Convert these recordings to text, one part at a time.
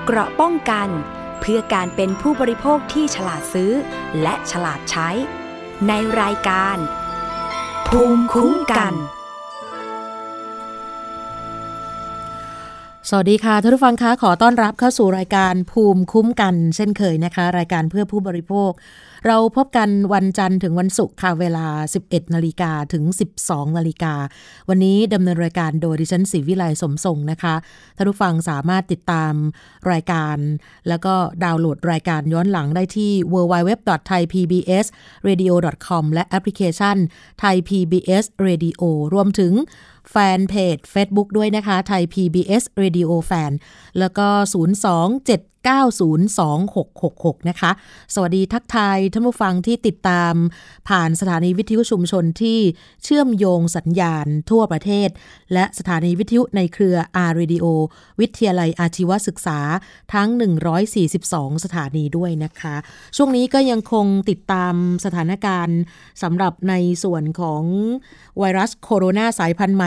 เกราะป้องกันเพื่อการเป็นผู้บริโภคที่ฉลาดซื้อและฉลาดใช้ในรายการภูมิคุ้มกันสวัสดีค่ะท่านผู้ฟังคะขอต้อนรับเข้าสู่รายการภูมิคุ้มกันเช่นเคยนะคะรายการเพื่อผู้บริโภคเราพบกันวันจันทร์ถึงวันศุกร์ค่ะเวลา 11:00 นถึง 12:00 นวันนี้ดำเนินรายการโดยดิฉันศรีวิไลสมทรงนะคะท่านผู้ฟังสามารถติดตามรายการแล้วก็ดาวน์โหลดรายการย้อนหลังได้ที่ www.thaipbsradio.com และแอปพลิเคชัน Thai PBS Radio รวมถึงแฟนเพจ Facebook ด้วยนะคะ Thai PBS Radio Fan แล้วก็027902666นะคะสวัสดีทักทายท่านผู้ฟังที่ติดตามผ่านสถานีวิทยุชุมชนที่เชื่อมโยงสัญญาณทั่วประเทศและสถานีวิทยุในเครือ R-Radio วิทยาลัยอาชีวศึกษาทั้ง142สถานีด้วยนะคะช่วงนี้ก็ยังคงติดตามสถานการณ์สำหรับในส่วนของไวรัสโคโรนาสายพันธุ์ใหม่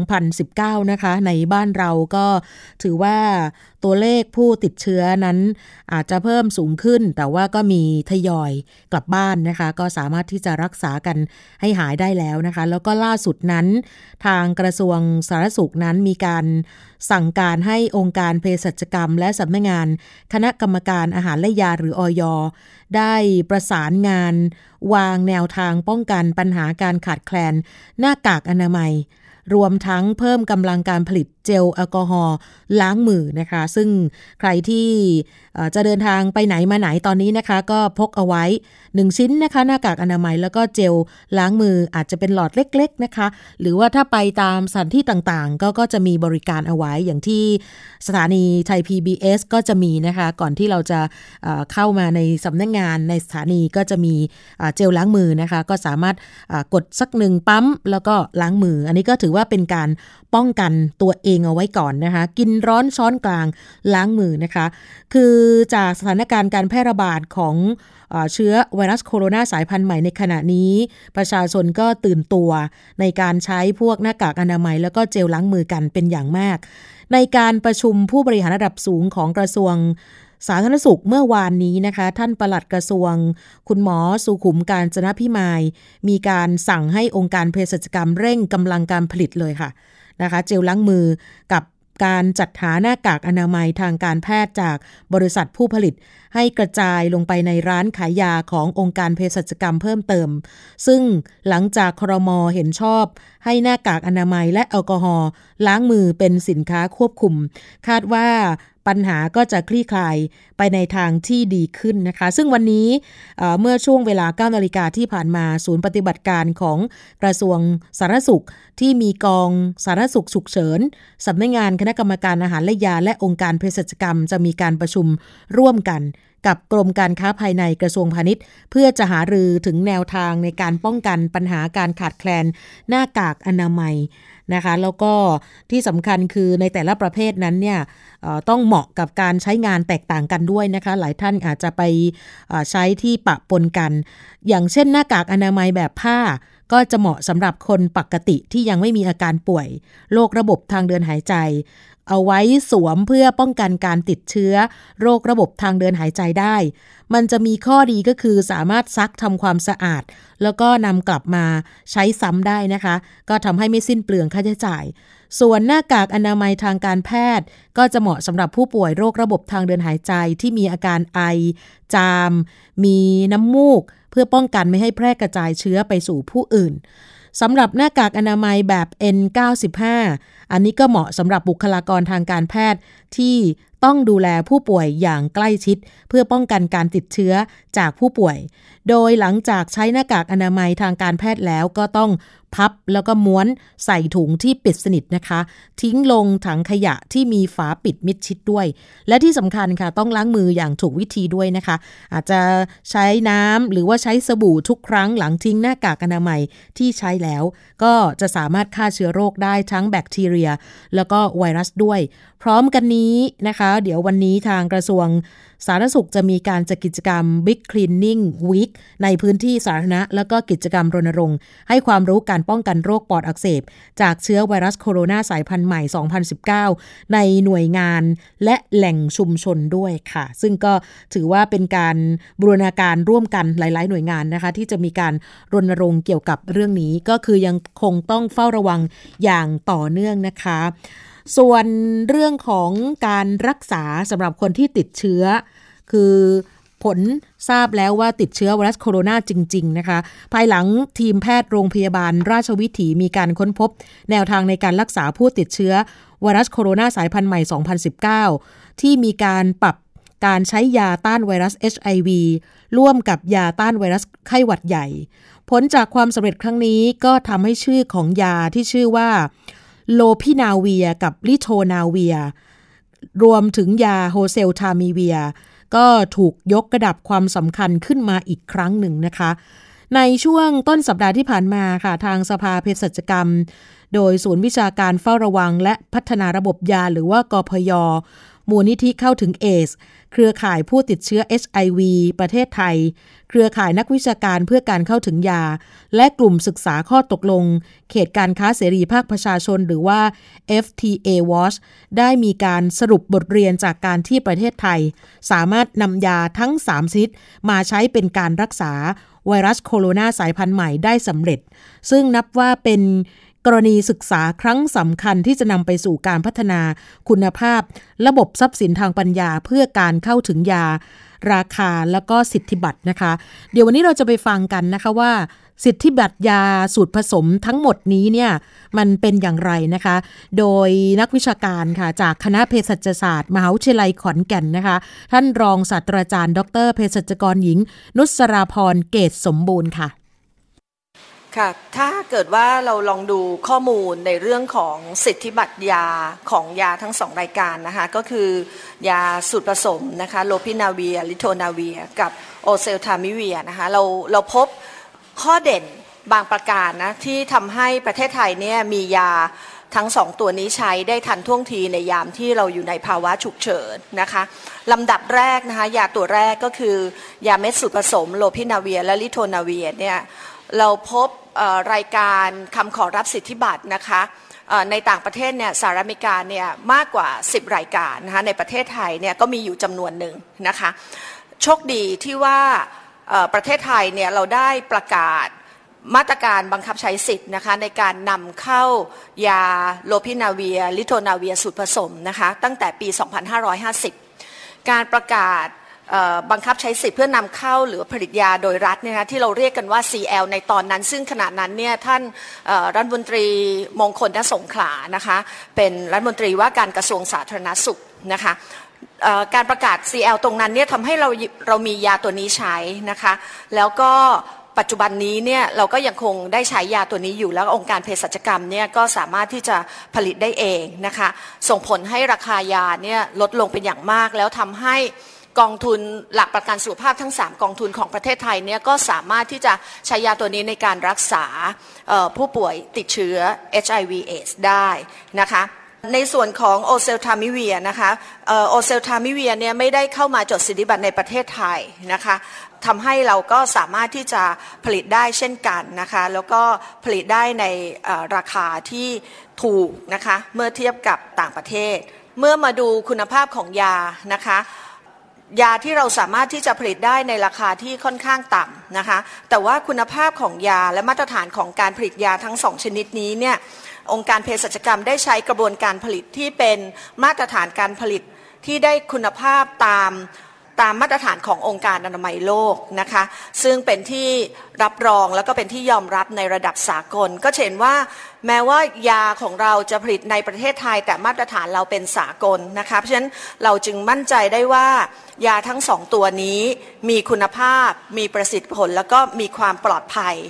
2019นะคะในบ้านเราก็ถือว่าตัวเลขผู้ติดเชื้อนั้นอาจจะเพิ่มสูงขึ้นแต่ว่าก็มีทยอยกลับบ้านนะคะก็สามารถที่จะรักษากันให้หายได้แล้วนะคะแล้วก็ล่าสุดนั้นทางกระทรวงสาธารณสุขนั้นมีการสั่งการให้องค์การเภสัชกรรมและสำนักงานคณะกรรมการอาหารและยาหรือ อย.ได้ประสานงานวางแนวทางป้องกันปัญหาการขาดแคลนหน้ากากอนามัยรวมทั้งเพิ่มกำลังการผลิตเจลแอลกอฮอล์ล้างมือนะคะซึ่งใครที่จะเดินทางไปไหนมาไหนตอนนี้นะคะก็พกเอาไว้1ชิ้นนะคะหน้ากากอนามัยแล้วก็เจลล้างมืออาจจะเป็นหลอดเล็กๆนะคะหรือว่าถ้าไปตามสถานที่ต่างๆก็จะมีบริการเอาไว้อย่างที่สถานีไทย PBS ก็จะมีนะคะก่อนที่เราจะเข้ามาในสำนักงานในสถานีก็จะมีเจลล้างมือนะคะก็สามารถกดสัก1ปั๊มแล้วก็ล้างมืออันนี้ก็ถือว่าเป็นการป้องกันตัวเองเอาไว้ก่อนนะคะกินร้อนช้อนกลางล้างมือนะคะคือจากสถานการณ์การแพร่ระบาดของเชื้อไวรัสโคโรนาสายพันธุ์ใหม่ในขณะนี้ประชาชนก็ตื่นตัวในการใช้พวกหน้ากากอนามัยแล้วก็เจลล้างมือกันเป็นอย่างมากในการประชุมผู้บริหารระดับสูงของกระทรวงสาธารณสุขเมื่อวานนี้นะคะท่านปลัดกระทรวงคุณหมอสุขุมกาญจนพิมายมีการสั่งให้องค์การเภสัชกรรมเร่งกำลังการผลิตเลยค่ะนะคะเจลล้างมือกับการจัดหาหน้ากากอนามัยทางการแพทย์จากบริษัทผู้ผลิตให้กระจายลงไปในร้านขายยาขององค์การเภสัชกรรมเพิ่มเติมซึ่งหลังจากครม.เห็นชอบให้หน้ากากอนามัยและแอลกอฮอล์ล้างมือเป็นสินค้าควบคุมคาดว่าปัญหาก็จะคลี่คลายไปในทางที่ดีขึ้นนะคะซึ่งวันนี้เมื่อช่วงเวลา 9 นาฬิกาที่ผ่านมาศูนย์ปฏิบัติการของกระทรวงสาธารณสุขที่มีกองสาธารณสุขฉุกเฉินสำนักงานคณะกรรมการอาหารและยาและองค์การเภสัชกรรมจะมีการประชุมร่วมกันกับกรมการค้าภายในกระทรวงพาณิชย์เพื่อจะหารือถึงแนวทางในการป้องกันปัญหาการขาดแคลนหน้ากากอนามัยนะคะแล้วก็ที่สำคัญคือในแต่ละประเภทนั้นเนี่ยต้องเหมาะกับการใช้งานแตกต่างกันด้วยนะคะหลายท่านอาจจะไปใช้ที่ปะปนกันอย่างเช่นหน้ากากอนามัยแบบผ้าก็จะเหมาะสำหรับคนปกติที่ยังไม่มีอาการป่วยโรคระบบทางเดินหายใจเอาไว้สวมเพื่อป้องกันการติดเชื้อโรคระบบทางเดินหายใจได้มันจะมีข้อดีก็คือสามารถซักทำความสะอาดแล้วก็นำกลับมาใช้ซ้ำได้นะคะก็ทำให้ไม่สิ้นเปลืองค่าใช้จ่ายส่วนหน้ากากอนามัยทางการแพทย์ก็จะเหมาะสำหรับผู้ป่วยโรคระบบทางเดินหายใจที่มีอาการไอจามมีน้ำมูกเพื่อป้องกันไม่ให้แพร่กระจายเชื้อไปสู่ผู้อื่นสำหรับหน้ากากอนามัยแบบ N95 อันนี้ก็เหมาะสำหรับบุคลากรทางการแพทย์ที่ต้องดูแลผู้ป่วยอย่างใกล้ชิดเพื่อป้องกันการติดเชื้อจากผู้ป่วยโดยหลังจากใช้หน้ากากอนามัยทางการแพทย์แล้วก็ต้องพับแล้วก็ม้วนใส่ถุงที่ปิดสนิทนะคะทิ้งลงถังขยะที่มีฝาปิดมิดชิดด้วยและที่สำคัญค่ะต้องล้างมืออย่างถูกวิธีด้วยนะคะอาจจะใช้น้ำหรือว่าใช้สบู่ทุกครั้งหลังทิ้งหน้ากากอนามัยที่ใช้แล้วก็จะสามารถฆ่าเชื้อโรคได้ทั้งแบคทีเรียแล้วก็ไวรัสด้วยพร้อมกันนี้นะคะนะคะเดี๋ยววันนี้ทางกระทรวงสาธารณสุขจะมีการจัดกิจกรรม Big Cleaning Week ในพื้นที่สาธารณะแล้วก็กิจกรรมรณรงค์ให้ความรู้การป้องกันโรคปอดอักเสบจากเชื้อไวรัสโคโรนาสายพันธุ์ใหม่ 2019 ในหน่วยงานและแหล่งชุมชนด้วยค่ะซึ่งก็ถือว่าเป็นการบูรณาการร่วมกันหลายๆหน่วยงานนะคะที่จะมีการรณรงค์เกี่ยวกับเรื่องนี้ก็คือยังคงต้องเฝ้าระวังอย่างต่อเนื่องนะคะส่วนเรื่องของการรักษาสำหรับคนที่ติดเชื้อคือผลทราบแล้วว่าติดเชื้อไวรัสโคโรนาจริงๆนะคะภายหลังทีมแพทย์โรงพยาบาลราชวิถีมีการค้นพบแนวทางในการรักษาผู้ติดเชื้อไวรัสโคโรนาสายพันธุ์ใหม่ 2019 ที่มีการปรับการใช้ยาต้านไวรัส HIV ร่วมกับยาต้านไวรัสไข้หวัดใหญ่ผลจากความสำเร็จครั้งนี้ก็ทำให้ชื่อของยาที่ชื่อว่าโลพินาเวียกับลิโทนาเวียรวมถึงยาโฮเซลทามีเวียก็ถูกยกระดับความสำคัญขึ้นมาอีกครั้งหนึ่งนะคะในช่วงต้นสัปดาห์ที่ผ่านมาค่ะทางสภาเภสัชกรรมโดยศูนย์วิชาการเฝ้าระวังและพัฒนาระบบยาหรือว่ากพย.มูลนิธิเข้าถึงเอดส์เครือข่ายผู้ติดเชื้อ HIV ประเทศไทยเครือข่ายนักวิชาการเพื่อการเข้าถึงยาและกลุ่มศึกษาข้อตกลงเขตการค้าเสรีภาคประชาชนหรือว่า FTA Watch ได้มีการสรุปบทเรียนจากการที่ประเทศไทยสามารถนำยาทั้ง3ชนิดมาใช้เป็นการรักษาไวรัสโคโรนาสายพันธุ์ใหม่ได้สำเร็จซึ่งนับว่าเป็นกรณีศึกษาครั้งสำคัญที่จะนำไปสู่การพัฒนาคุณภาพระบบทรัพย์สินทางปัญญาเพื่อการเข้าถึงยาราคาแล้วก็สิทธิบัตรนะคะเดี๋ยววันนี้เราจะไปฟังกันนะคะว่าสิทธิบัตรยาสูตรผสมทั้งหมดนี้เนี่ยมันเป็นอย่างไรนะคะโดยนักวิชาการค่ะจากคณะเภสัชศาสตร์มหาวิทยาลัยขอนแก่นนะคะท่านรองศาสตราจารย์ดร.เภสัชกรหญิงนุสราพรเกตสมบูรณ์ค่ะค่ะถ้าเกิดว่าเราลองดูข้อมูลในเรื่องของสิทธิบัตรยาของยาทั้ง2รายการนะคะก็คือยาสูตรผสมนะคะโลพินาเวียลิโทนาเวียกับโอเซลทามิเวียนะคะเราพบข้อเด่นบางประการนะที่ทำให้ประเทศไทยเนี่ยมียาทั้ง2ตัวนี้ใช้ได้ทันท่วงทีในยามที่เราอยู่ในภาวะฉุกเฉินนะคะลำดับแรกนะคะยาตัวแรกก็คือยาเม็ดสูตรผสมโลพินาเวียและลิโทนาเวียเนี่ยเราพบรายการคำขอรับสิทธิบัตรนะคะในต่างประเทศเนี่ยสหรัฐอเมริกาเนี่ยมากกว่า10รายการนะคะในประเทศไทยเนี่ยก็มีอยู่จำนวนหนึ่งนะคะโชคดีที่ว่าประเทศไทยเนี่ยเราได้ประกาศมาตรการบังคับใช้สิทธิ์นะคะในการนำเข้ายาโลพินาเวียลิโทนาเวียสูตรผสมนะคะตั้งแต่ปี 2550 การประกาศบังคับใช้สิทธิ์เพื่อนำเข้าหรือผลิตยาโดยรัฐเนี่ยนะที่เราเรียกกันว่า CL ในตอนนั้นซึ่งขณะนั้นเนี่ยท่านรัฐมนตรีมงคลณสงขลานะคะเป็นรัฐมนตรีว่าการกระทรวงสาธารณสุขนะคะการประกาศ CL ตรงนั้นเนี่ยทำให้เรามียาตัวนี้ใช้นะคะแล้วก็ปัจจุบันนี้เนี่ยเราก็ยังคงได้ใช้ยาตัวนี้อยู่แล้วองค์การเภสัชกรรมเนี่ยก็สามารถที่จะผลิตได้เองนะคะส่งผลให้ราคายาเนี่ยลดลงเป็นอย่างมากแล้วทำให้กองทุนหลักประกันสุขภาพทั้ง3กองทุนของประเทศไทยเนี่ยก็สามารถที่จะใช้ยาตัวนี้ในการรักษาผู้ป่วยติดเชื้อ HIV AIDS ได้นะคะในส่วนของโอเซลทามิเวียนะคะโอเซลทามิเวียเนี่ยไม่ได้เข้ามาจดสิทธิบัตรในประเทศไทยนะคะทำให้เราก็สามารถที่จะผลิตได้เช่นกันนะคะแล้วก็ผลิตได้ในราคาที่ถูกนะคะเมื่อเทียบกับต่างประเทศเมื่อมาดูคุณภาพของยานะคะยาที่เราสามารถที่จะผลิตได้ในราคาที่ค่อนข้างต่ำนะคะแต่ว่าคุณภาพของยาและมาตรฐานของการผลิตยาทั้ง2ชนิดนี้เนี่ยองค์การเภสัชกรรมได้ใช้กระบวนการผลิตที่เป็นมาตรฐานการผลิตที่ได้คุณภาพตามมาตรฐานขององค์การอนามัยโลกนะคะซึ่งเป็นที่รับรองแล้วก็เป็นที่ยอมรับในระดับสากลก็เห็นว่าแม้ว่ายาของเราจะผลิตในประเทศไทยแต่มาตรฐานเราเป็นสากลนะคะเพราะฉะนั้นเราจึงมั่นใจได้ว่ายาทั้ง2ตัวนี้มีคุณภาพมีประสิทธิผลแล้วก็มีความปลอดภัย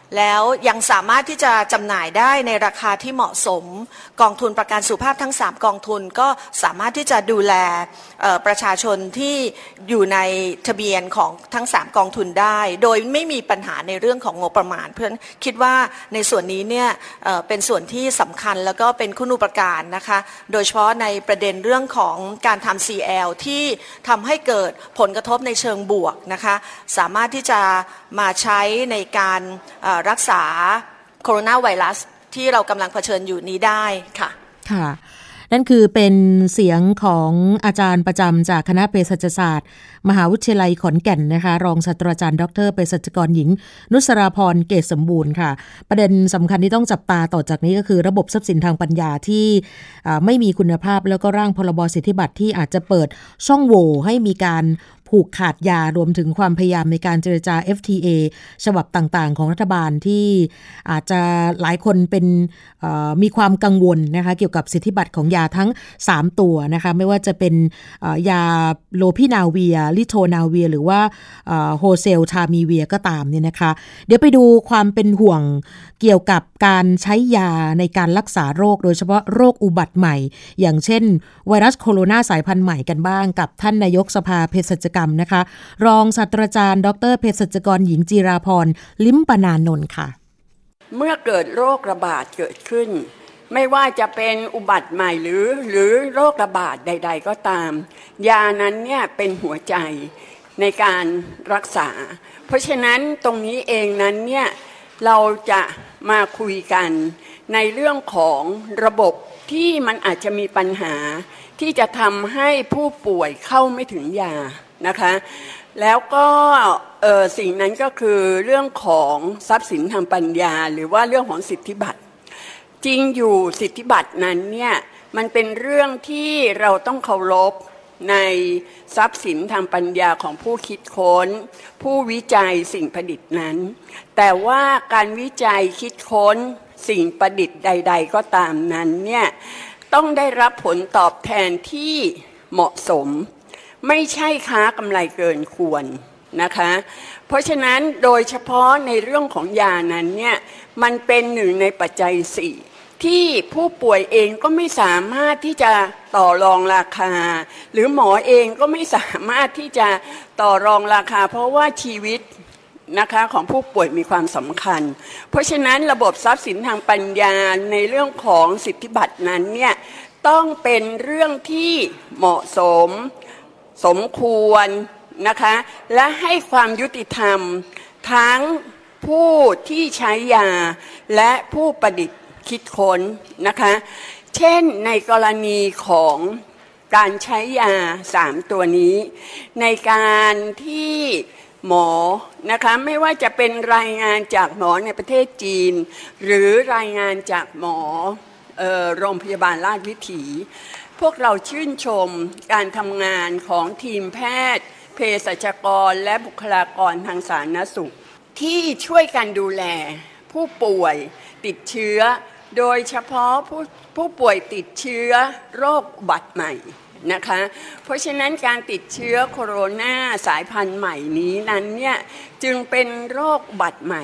แล้วยังสามารถที่จะจำหน่ายได้ในราคาที่เหมาะสมกองทุนประกันสุขภาพทั้ง3กองทุนก็สามารถที่จะดูแลประชาชนที่อยู่ในทะเบียนของทั้ง3กองทุนได้โดยไม่มีปัญหาในเรื่องของงบประมาณเพราะฉะนั้นคิดว่าในส่วนนี้เนี่ยเป็นส่วนที่สำคัญแล้วก็เป็นคุณูปการนะคะโดยเฉพาะในประเด็นเรื่องของการทำ CL ที่ทำให้เกิดผลกระทบในเชิงบวกนะคะสามารถที่จะมาใช้ในการรักษาโคโรนาไวรัสที่เรากำลังเผชิญอยู่นี้ได้ค่ะค่ะนั่นคือเป็นเสียงของอาจารย์ประจำจากคณะเภสัชศาสตร์มหาวิทยาลัยขอนแก่นนะคะรองศาสตราจารย์ดร.เภสัชกรหญิงนุสราพรเกษสมบูรณ์ค่ะประเด็นสำคัญที่ต้องจับตาต่อจากนี้ก็คือระบบทรัพย์สินทางปัญญาที่ไม่มีคุณภาพแล้วก็ร่างพรบสิทธิบัตรที่อาจจะเปิดช่องโหว่ให้มีการผูกขาดยารวมถึงความพยายามในการเจรจา FTA ฉบับต่างๆของรัฐบาลที่อาจจะหลายคนเป็นมีความกังวลนะคะเกี่ยวกับสิทธิบัตรของยาทั้ง3ตัวนะคะไม่ว่าจะเป็นยาโลพินาเวียลิโทนาเวียหรือว่าโฮเซลทามีเวียก็ตามเนี่ยนะคะเดี๋ยวไปดูความเป็นห่วงเกี่ยวกับการใช้ยาในการรักษาโรคโดยเฉพาะโรคอุบัติใหม่อย่างเช่นไวรัสโคโรนาสายพันธุ์ใหม่กันบ้างกับท่านนายกสภาเภสัชกรรมนะคะรองศาสตราจารย์ดร.เภสัชกรหญิงจิราพรลิ้มปนานนท์ค่ะเมื่อเกิดโรคระบาดเกิดขึ้นไม่ว่าจะเป็นอุบัติใหม่หรือโรคระบาดใดๆก็ตามยานั้นเนี่ยเป็นหัวใจในการรักษาเพราะฉะนั้นตรงนี้เองนั้นเนี่ยเราจะมาคุยกันในเรื่องของระบบที่มันอาจจะมีปัญหาที่จะทำให้ผู้ป่วยเข้าไม่ถึงยานะคะแล้วก็สิ่งนั้นก็คือเรื่องของทรัพย์สินทางปัญญาหรือว่าเรื่องของสิทธิบัตรจริงอยู่สิทธิบัตรนั้นเนี่ยมันเป็นเรื่องที่เราต้องเคารพในทรัพย์สินทางปัญญาของผู้คิดค้นผู้วิจัยสิ่งประดิษฐ์นั้นแต่ว่าการวิจัยคิดค้นสิ่งประดิษฐ์ใดๆก็ตามนั้นเนี่ยต้องได้รับผลตอบแทนที่เหมาะสมไม่ใช่ค้ากำไรเกินควรนะคะเพราะฉะนั้นโดยเฉพาะในเรื่องของยานั้นเนี่ยมันเป็นหนึ่งในปัจจัย4ที่ผู้ป่วยเองก็ไม่สามารถที่จะต่อรองราคาหรือหมอเองก็ไม่สามารถที่จะต่อรองราคาเพราะว่าชีวิตนะคะของผู้ป่วยมีความสำคัญเพราะฉะนั้นระบบทรัพย์สินทางปัญญาในเรื่องของสิทธิบัตรนั้นเนี่ยต้องเป็นเรื่องที่เหมาะสมสมควรนะคะและให้ความยุติธรรมทั้งผู้ที่ใช้ยาและผู้ประดิษฐ์คิดค้นนะคะเช่นในกรณีของการใช้ยา3ตัวนี้ในการที่หมอนะคะไม่ว่าจะเป็นรายงานจากหมอในประเทศจีนหรือรายงานจากหมอโรงพยาบาลราชวิถีพวกเราชื่นชมการทำงานของทีมแพทย์เภสัชกรและบุคลากรทางสาธารณสุขที่ช่วยกันดูแลผู้ป่วยติดเชื้อโดยเฉพาะผู้ป่วยติดเชื้อโรคอุบัติใหม่นะคะเพราะฉะนั้นการติดเชื้อโคโรนาสายพันธุ์ใหม่นี้นั้นเนี่ยจึงเป็นโรคอุบัติใหม่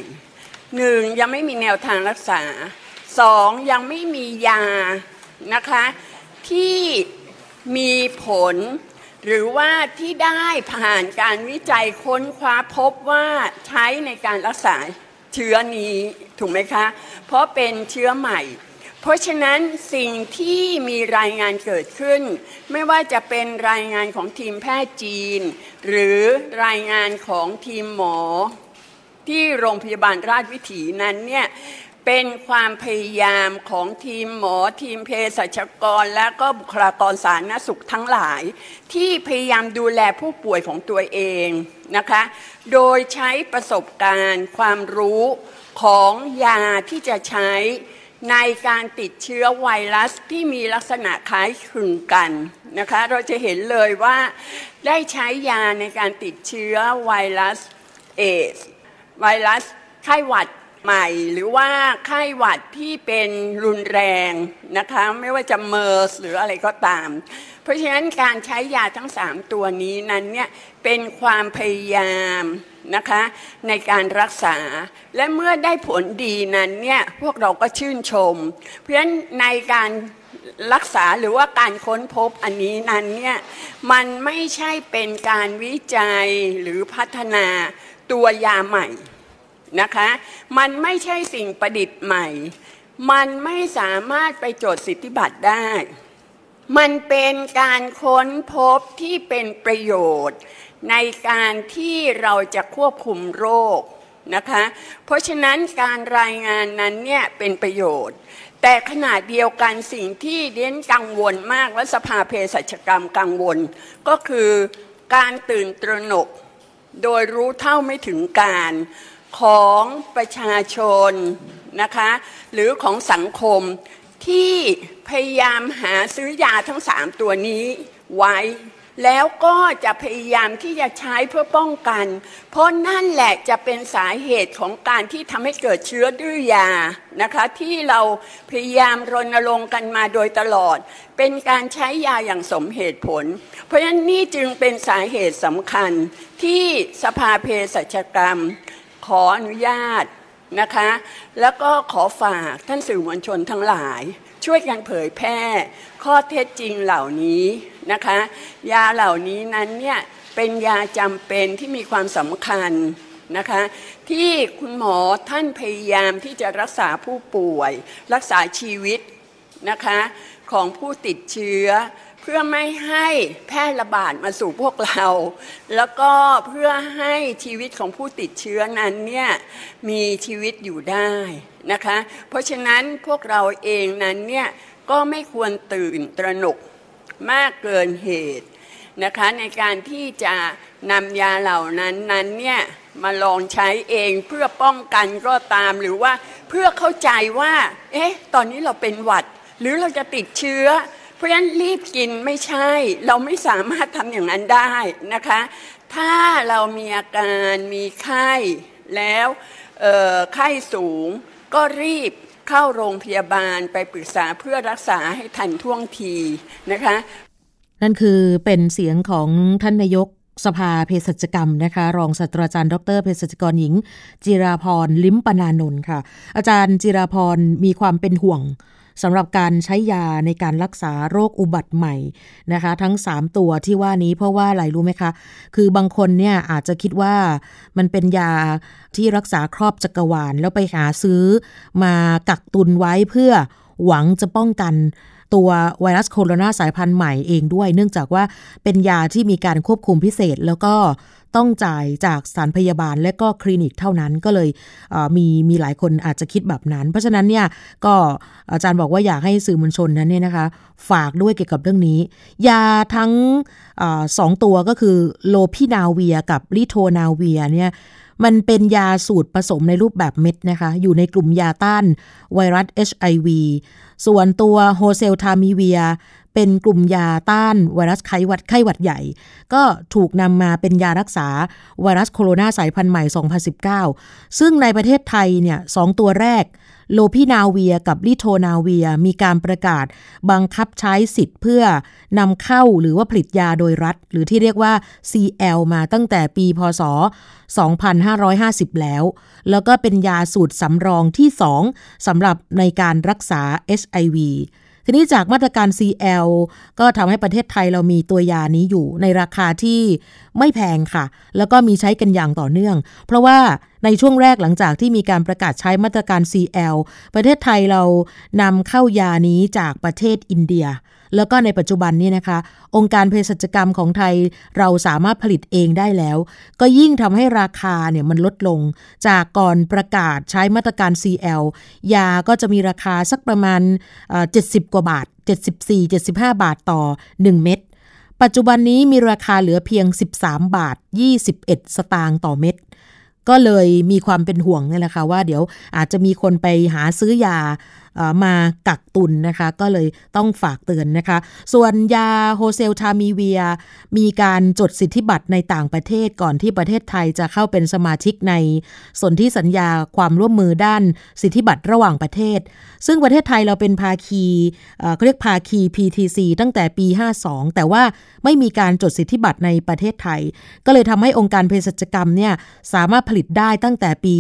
1ยังไม่มีแนวทางรักษา2ยังไม่มียานะคะที่มีผลหรือว่าที่ได้ผ่านการวิจัยค้นคว้าพบว่าใช้ในการรักษาเชื้อนี้ถูกไหมคะเพราะเป็นเชื้อใหม่เพราะฉะนั้นสิ่งที่มีรายงานเกิดขึ้นไม่ว่าจะเป็นรายงานของทีมแพทย์จีนหรือรายงานของทีมหมอที่โรงพยาบาลราชวิถีนั้นเนี่ยเป็นความพยายามของทีมหมอทีมเภสัชกรและก็บุคลากรสาธารณสุขทั้งหลายที่พยายามดูแลผู้ป่วยของตัวเองนะคะโดยใช้ประสบการณ์ความรู้ของยาที่จะใช้ในการติดเชื้อไวรัสที่มีลักษณะคล้ายคลึงกันนะคะเราจะเห็นเลยว่าได้ใช้ยาในการติดเชื้อไวรัสเอดส์ไวรัสไข้หวัดใหม่หรือว่าไข้หวัดที่เป็นรุนแรงนะคะไม่ว่าจะเมอร์สหรืออะไรก็ตามเพราะฉะนั้นการใช้ยาทั้ง3ตัวนี้นั้นเนี่ยเป็นความพยายามนะคะในการรักษาและเมื่อได้ผลดีนั้นเนี่ยพวกเราก็ชื่นชมเพราะฉะนั้นในการรักษาหรือว่าการค้นพบอันนี้นั้นเนี่ยมันไม่ใช่เป็นการวิจัยหรือพัฒนาตัวยาใหม่นะคะมันไม่ใช่สิ่งประดิษฐ์ใหม่มันไม่สามารถไปจดสิทธิบัตรได้มันเป็นการค้นพบที่เป็นประโยชน์ในการที่เราจะควบคุมโรคนะคะเพราะฉะนั้นการรายงานนั้นเนี่ยเป็นประโยชน์แต่ขณะเดียวกันสิ่งที่เรียนกังวลมากและสภาเภสัชกรรมกังวลก็คือการตื่นตระหนกโดยรู้เท่าไม่ถึงการของประชาชนนะคะหรือของสังคมที่พยายามหาซื้อยาทั้ง3ตัวนี้ไว้แล้วก็จะพยายามที่จะใช้เพื่อป้องกันเพราะนั่นแหละจะเป็นสาเหตุของการที่ทำให้เกิดเชื้อดื้อยานะคะที่เราพยายามรณรงค์กันมาโดยตลอดเป็นการใช้ยาอย่างสมเหตุผลเพราะฉะนั้นนี่จึงเป็นสาเหตุสำคัญที่สภาเภสัชกรรมขออนุญาตนะคะแล้วก็ขอฝากท่านสื่อมวลชนทั้งหลายช่วยกันเผยแพร่ข้อเท็จจริงเหล่านี้นะคะยาเหล่านี้นั้นเนี่ยเป็นยาจำเป็นที่มีความสำคัญนะคะที่คุณหมอท่านพยายามที่จะรักษาผู้ป่วยรักษาชีวิตนะคะของผู้ติดเชื้อเพื่อไม่ให้แพร่ระบาดมาสู่พวกเราแล้วก็เพื่อให้ชีวิตของผู้ติดเชื้อนั้นเนี่ยมีชีวิตอยู่ได้นะคะเพราะฉะนั้นพวกเราเองนั้นเนี่ยก็ไม่ควรตื่นตระหนกมากเกินเหตุนะคะในการที่จะนำยาเหล่านั้นเนี่ยมาลองใช้เองเพื่อป้องกันก็ตามหรือว่าเพื่อเข้าใจว่าตอนนี้เราเป็นหวัดหรือเราจะติดเชื้อเพราะฉะนั้นรีบกินไม่ใช่เราไม่สามารถทำอย่างนั้นได้นะคะถ้าเรามีอาการมีไข้แล้วไข้สูงก็รีบเข้าโรงพยาบาลไปปรึกษาเพื่อรักษาให้ทันท่วงทีนะคะนั่นคือเป็นเสียงของท่านนายกสภาเภสัชกรรมนะคะรองศาสตราจารย์ดรเภสัชกรหญิงจิราพรลิ้มปนานนท์ค่ะอาจารย์จิราพรมีความเป็นห่วงสำหรับการใช้ยาในการรักษาโรคอุบัติใหม่นะคะทั้ง3ตัวที่ว่านี้เพราะว่าอะไรรู้ไหมคะคือบางคนเนี่ยอาจจะคิดว่ามันเป็นยาที่รักษาครอบจักรวาลแล้วไปหาซื้อมากักตุนไว้เพื่อหวังจะป้องกันตัวไวรัสโคโรนาสายพันธุ์ใหม่เองด้วยเนื่องจากว่าเป็นยาที่มีการควบคุมพิเศษแล้วก็ต้องจ่ายจากสถานพยาบาลและก็คลินิกเท่านั้นก็เลยมีหลายคนอาจจะคิดแบบนั้นเพราะฉะนั้นเนี่ยก็อาจารย์บอกว่าอยากให้สื่อมวลชนนั้นเนี่ยนะคะฝากด้วยเกี่ยวกับเรื่องนี้ยาทั้ง2ตัวก็คือโลพินาเวียกับลิโทนาเวียเนี่ยมันเป็นยาสูตรผสมในรูปแบบเม็ดนะคะอยู่ในกลุ่มยาต้านไวรัส HIV ส่วนตัวโฮเซลทามิเวียเป็นกลุ่มยาต้านไวรัสไข้หวัดใหญ่ก็ถูกนำมาเป็นยารักษาไวรัสโคโรนาสายพันธุ์ใหม่ 2019 ซึ่งในประเทศไทยเนี่ย2ตัวแรกโลพินาเวียกับลิโทนาเวียมีการประกาศบังคับใช้สิทธิ์เพื่อนำเข้าหรือว่าผลิตยาโดยรัฐหรือที่เรียกว่า CL มาตั้งแต่ปีพ.ศ. 2550 แล้วก็เป็นยาสูตรสำรองที่2สำหรับในการรักษา HIV ทีนี้จากมาตรการ CL ก็ทำให้ประเทศไทยเรามีตัวยานี้อยู่ในราคาที่ไม่แพงค่ะแล้วก็มีใช้กันอย่างต่อเนื่องเพราะว่าในช่วงแรกหลังจากที่มีการประกาศใช้มาตรการ CL ประเทศไทยเรานำเข้ายานี้จากประเทศอินเดียแล้วก็ในปัจจุบันนี้นะคะองค์การเภสัชกรรมของไทยเราสามารถผลิตเองได้แล้วก็ยิ่งทำให้ราคาเนี่ยมันลดลงจากก่อนประกาศใช้มาตรการ CL ยาก็จะมีราคาสักประมาณ70 กว่าบาท 74-75 บาทต่อ1เม็ดปัจจุบันนี้มีราคาเหลือเพียง13 บาท 21 สตางค์ต่อเม็ดก็เลยมีความเป็นห่วงนี่แหละค่ะว่าเดี๋ยวอาจจะมีคนไปหาซื้อยามากักตุนนะคะก็เลยต้องฝากเตือนนะคะส่วนยาโฮเซลทามีเวียมีการจดสิทธิบัตรในต่างประเทศก่อนที่ประเทศไทยจะเข้าเป็นสมาชิกในสนธิสัญญาความร่วมมือด้านสิทธิบัตรระหว่างประเทศซึ่งประเทศไทยเราเป็นภาคีเขาเรียกภาคี PTC ตั้งแต่ปี52แต่ว่าไม่มีการจดสิทธิบัตรในประเทศไทยก็เลยทำให้องค์การเภสัชกรรมเนี่ยสามารถผลิตได้ตั้งแต่ปี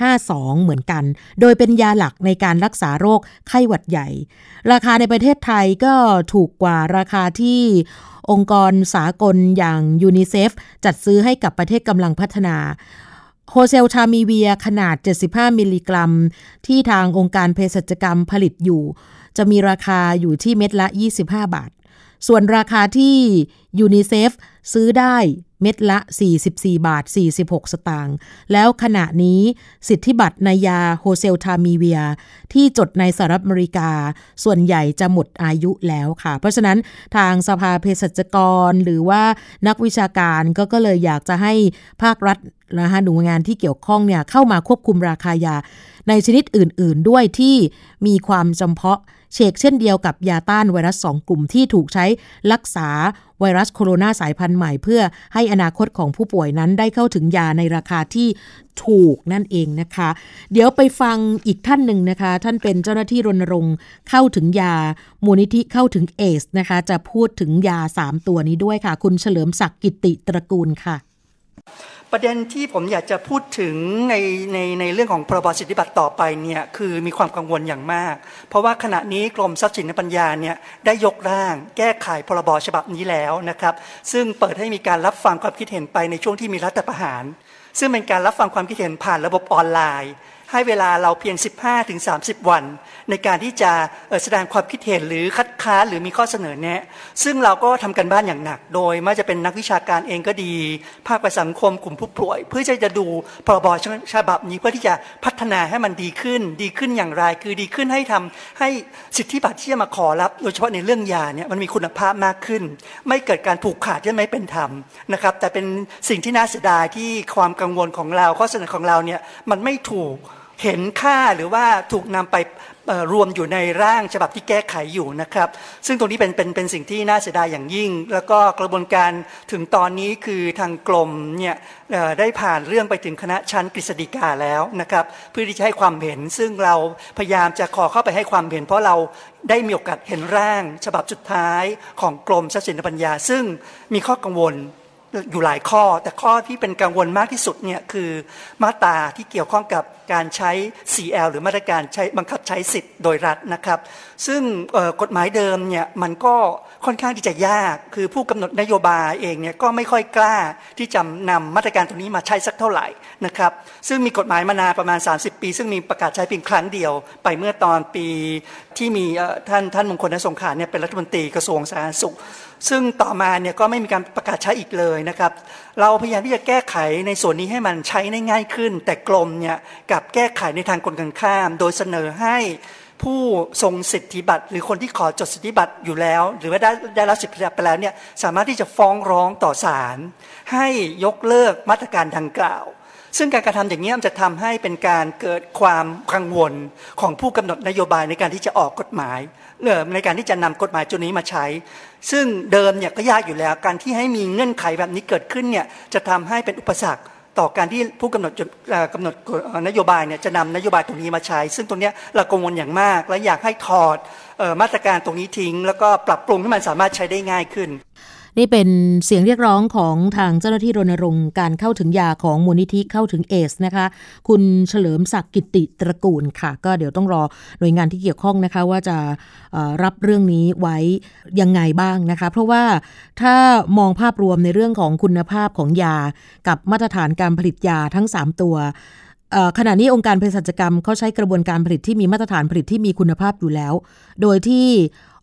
52เหมือนกันโดยเป็นยาหลักในการรักษาโรคไข้หวัดใหญ่ราคาในประเทศไทยก็ถูกกว่าราคาที่องค์กรสากลอย่างยูนิเซฟจัดซื้อให้กับประเทศกำลังพัฒนาโฮเซลทามีเวียขนาด75มิลลิกรัมที่ทางองค์การเภสัชกรรมผลิตอยู่จะมีราคาอยู่ที่เม็ดละ25บาทส่วนราคาที่ยูนิเซฟซื้อได้เม็ดละ44บาท46สตางค์แล้วขณะนี้สิทธิบัตรในยาโฮเซลทามีเวียที่จดในสหรัฐอเมริกาส่วนใหญ่จะหมดอายุแล้วค่ะเพราะฉะนั้นทางสภาเภสัชกรหรือว่านักวิชาการก็เลยอยากจะให้ภาครัฐนะคะหน่วยงานที่เกี่ยวข้องเนี่ยเข้ามาควบคุมราคายาในชนิดอื่นๆด้วยที่มีความจำเพาะเช่นเดียวกับยาต้านไวรัส2กลุ่มที่ถูกใช้รักษาไวรัสโคโรนาสายพันธุ์ใหม่เพื่อให้อนาคตของผู้ป่วยนั้นได้เข้าถึงยาในราคาที่ถูกนั่นเองนะคะเดี๋ยวไปฟังอีกท่านหนึ่งนะคะท่านเป็นเจ้าหน้าที่รณรงค์เข้าถึงยามูลนิธิเข้าถึงเอสนะคะจะพูดถึงยา3ตัวนี้ด้วยค่ะคุณเฉลิมศักดิ์กิติตระกูลค่ะประเด็นที่ผมอยากจะพูดถึงในเรื่องของพรบสิทธิบัตรต่อไปเนี่ยคือมีความกังวลอย่างมากเพราะว่าขณะนี้กรมทรัพย์สินและปัญญาเนี่ยได้ยกร่างแก้ไขพรบฉบับนี้แล้วนะครับซึ่งเปิดให้มีการรับฟังความคิดเห็นไปในช่วงที่มีรัฐประหารซึ่งเป็นการรับฟังความคิดเห็นผ่านระบบออนไลน์ให้เวลาเราเพียง 15-30 วันในการที่จะแสดงความคิดเห็นหรือคัดค้านหรือมีข้อเสนอแนะซึ่งเราก็ทำกันบ้านอย่างหนักโดยไม่ว่าจะเป็นนักวิชาการเองก็ดีภาคประชาสังคมกลุ่มผู้ป่วยเพื่อจะดูพรบฉบับนี้เพื่อที่จะพัฒนาให้มันดีขึ้นอย่างไรคือดีขึ้นให้ทำให้สิทธิบัตรที่จะมาขอรับโดยเฉพาะในเรื่องยาเนี่ยมันมีคุณภาพมากขึ้นไม่เกิดการผูกขาดที่ไม่เป็นธรรมนะครับแต่เป็นสิ่งที่น่าเสียดายที่ความกังวลของเราข้อเสนอของเราเนี่ยมันไม่ถูกเห็นค่าหรือว่าถูกนำไปรวมอยู่ในร่างฉบับที่แก้ไขอยู่นะครับซึ่งตรงนี้เป็นสิ่งที่น่าเสียดายอย่างยิ่งแล้วก็กระบวนการถึงตอนนี้คือทางกรมเนี่ยได้ผ่านเรื่องไปถึงคณะชั้นกฤษฎีกาแล้วนะครับเพื่อที่จะให้ความเห็นซึ่งเราพยายามจะขอเข้าไปให้ความเห็นเพราะเราได้มีโอกาสเห็นร่างฉบับสุดท้ายของกรมทรัพย์สินและปัญญาซึ่งมีข้อกังวลอยู่หลายข้อแต่ข้อที่เป็นกังวลมากที่สุดเนี่ยคือมาตราที่เกี่ยวข้องกับการใช้ CL หรือมาตรการใช้บังคับใช้สิทธิ์โดยรัฐนะครับซึ่งกฎหมายเดิมเนี่ยมันก็ค่อนข้างที่จะยากคือผู้กำหนดนโยบายเองเนี่ยก็ไม่ค่อยกล้าที่จะนำมาตรการตรงนี้มาใช้สักเท่าไหร่นะครับซึ่งมีกฎหมายมานานประมาณ30ปีซึ่งมีประกาศใช้เพียงครั้งเดียวไปเมื่อตอนปีที่มีท่านมงคลณสงขลาเนี่ยเป็นรัฐมนตรีกระทรวงสาธารณสุขซึ่งต่อมาเนี่ยก็ไม่มีการประกาศใช้อีกเลยนะครับเราพยายามที่จะแก้ไขในส่วนนี้ให้มันใช้ได้ง่ายขึ้นแต่กรมเนี่ยกับแก้ไขในทางกลข้ามโดยเสนอให้ผู้ทรงสิทธิบัตรหรือคนที่ขอจดสิทธิบัตรอยู่แล้วหรือว่าได้รับสิทธิบัตรไปแล้วเนี่ยสามารถที่จะฟ้องร้องต่อศาลให้ยกเลิกมาตรการดังกล่าวซึ่งการกระทำอย่างนี้มันจะทำให้เป็นการเกิดความกังวลของผู้กำหนดนโยบายในการที่จะออกกฎหมายในการที่จะนำกฎหมายตัวนี้มาใช้ซึ่งเดิมเนี่ยก็ยากอยู่แล้วการที่ให้มีเงื่อนไขแบบนี้เกิดขึ้นเนี่ยจะทำให้เป็นอุปสรรคต่อการที่ผู้กำหนดนโยบายเนี่ยจะนำนโยบายตรงนี้มาใช้ซึ่งตรงนี้เรากังวลอย่างมากและอยากให้ถอดมาตรการตรงนี้ทิ้งแล้วก็ปรับปรุงให้มันสามารถใช้ได้ง่ายขึ้นนี่เป็นเสียงเรียกร้องของทางเจ้าหน้าที่รณรงค์การเข้าถึงยาของมูลนิธิเข้าถึงเอสนะคะคุณเฉลิมศักดิ์กิติตระกูลค่ะก็เดี๋ยวต้องรอหน่วยงานที่เกี่ยวข้องนะคะว่าจะรับเรื่องนี้ไว้ยังไงบ้างนะคะเพราะว่าถ้ามองภาพรวมในเรื่องของคุณภาพของยากับมาตรฐานการผลิตยาทั้ง3ตัวขณะนี้องค์การเภสัชกรรมเขาใช้กระบวนการผลิตที่มีมาตรฐานผลิตที่มีคุณภาพอยู่แล้วโดยที่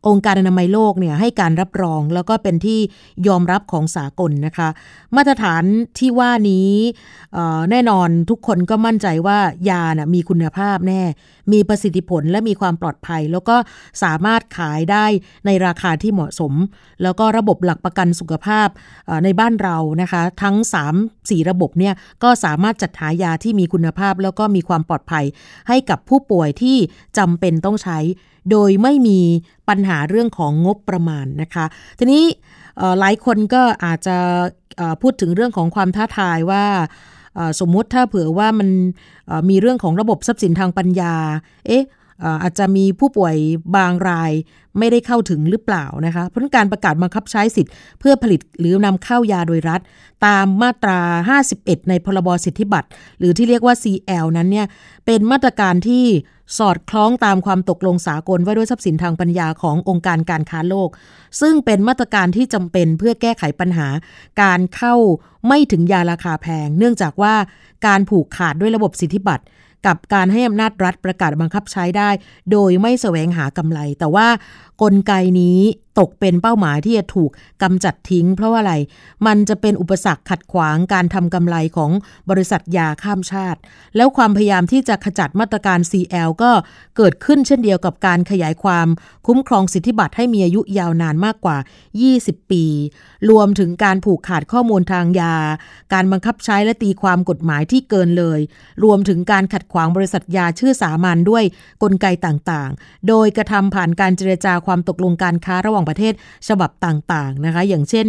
องค์การอนามัยโลกเนี่ยให้การรับรองแล้วก็เป็นที่ยอมรับของสากลนะคะมาตรฐานที่ว่านี้แน่นอนทุกคนก็มั่นใจว่ายานะมีคุณภาพแน่มีประสิทธิผลและมีความปลอดภัยแล้วก็สามารถขายได้ในราคาที่เหมาะสมแล้วก็ระบบหลักประกันสุขภาพในบ้านเรานะคะทั้ง 3-4 ระบบเนี่ยก็สามารถจัดหายาที่มีคุณภาพแล้วก็มีความปลอดภัยให้กับผู้ป่วยที่จำเป็นต้องใช้โดยไม่มีปัญหาเรื่องของงบประมาณนะคะทีนี้หลายคนก็อาจจะพูดถึงเรื่องของความท้าทายว่าสมมุติถ้าเผื่อว่ามันมีเรื่องของระบบทรัพย์สินทางปัญญาอาจจะมีผู้ป่วยบางรายไม่ได้เข้าถึงหรือเปล่านะคะเพราะการประกาศบังคับใช้สิทธิ์เพื่อผลิตหรือนำเข้ายาโดยรัฐตามมาตรา51ในพรบสิทธิบัตรหรือที่เรียกว่า CL นั้นเนี่ยเป็นมาตรการที่สอดคล้องตามความตกลงสากลว่าด้วยทรัพย์สินทางปัญญาขององค์การการค้าโลกซึ่งเป็นมาตรการที่จำเป็นเพื่อแก้ไขปัญหาการเข้าไม่ถึงยาราคาแพงเนื่องจากว่าการผูกขาดด้วยระบบสิทธิบัตรกับการให้อำนาจรัฐประกาศบังคับใช้ได้โดยไม่แสวงหากำไรแต่ว่ากลไกนี้ตกเป็นเป้าหมายที่จะถูกกำจัดทิ้งเพราะว่าอะไรมันจะเป็นอุปสรรคขัดขวางการทำกำไรของบริษัทยาข้ามชาติแล้วความพยายามที่จะขจัดมาตรการ CL ก็เกิดขึ้นเช่นเดียวกับการขยายความคุ้มครองสิทธิบัตรให้มีอายุยาวนานมากกว่า20ปีรวมถึงการผูกขาดข้อมูลทางยาการบังคับใช้และตีความกฎหมายที่เกินเลยรวมถึงการขัดขวางบริษัทยาชื่อสามัญด้วยกลไกต่างๆโดยกระทำผ่านการเจรจาความตกลงการค้าระหว่างประเทศฉบับต่างๆนะคะอย่างเช่น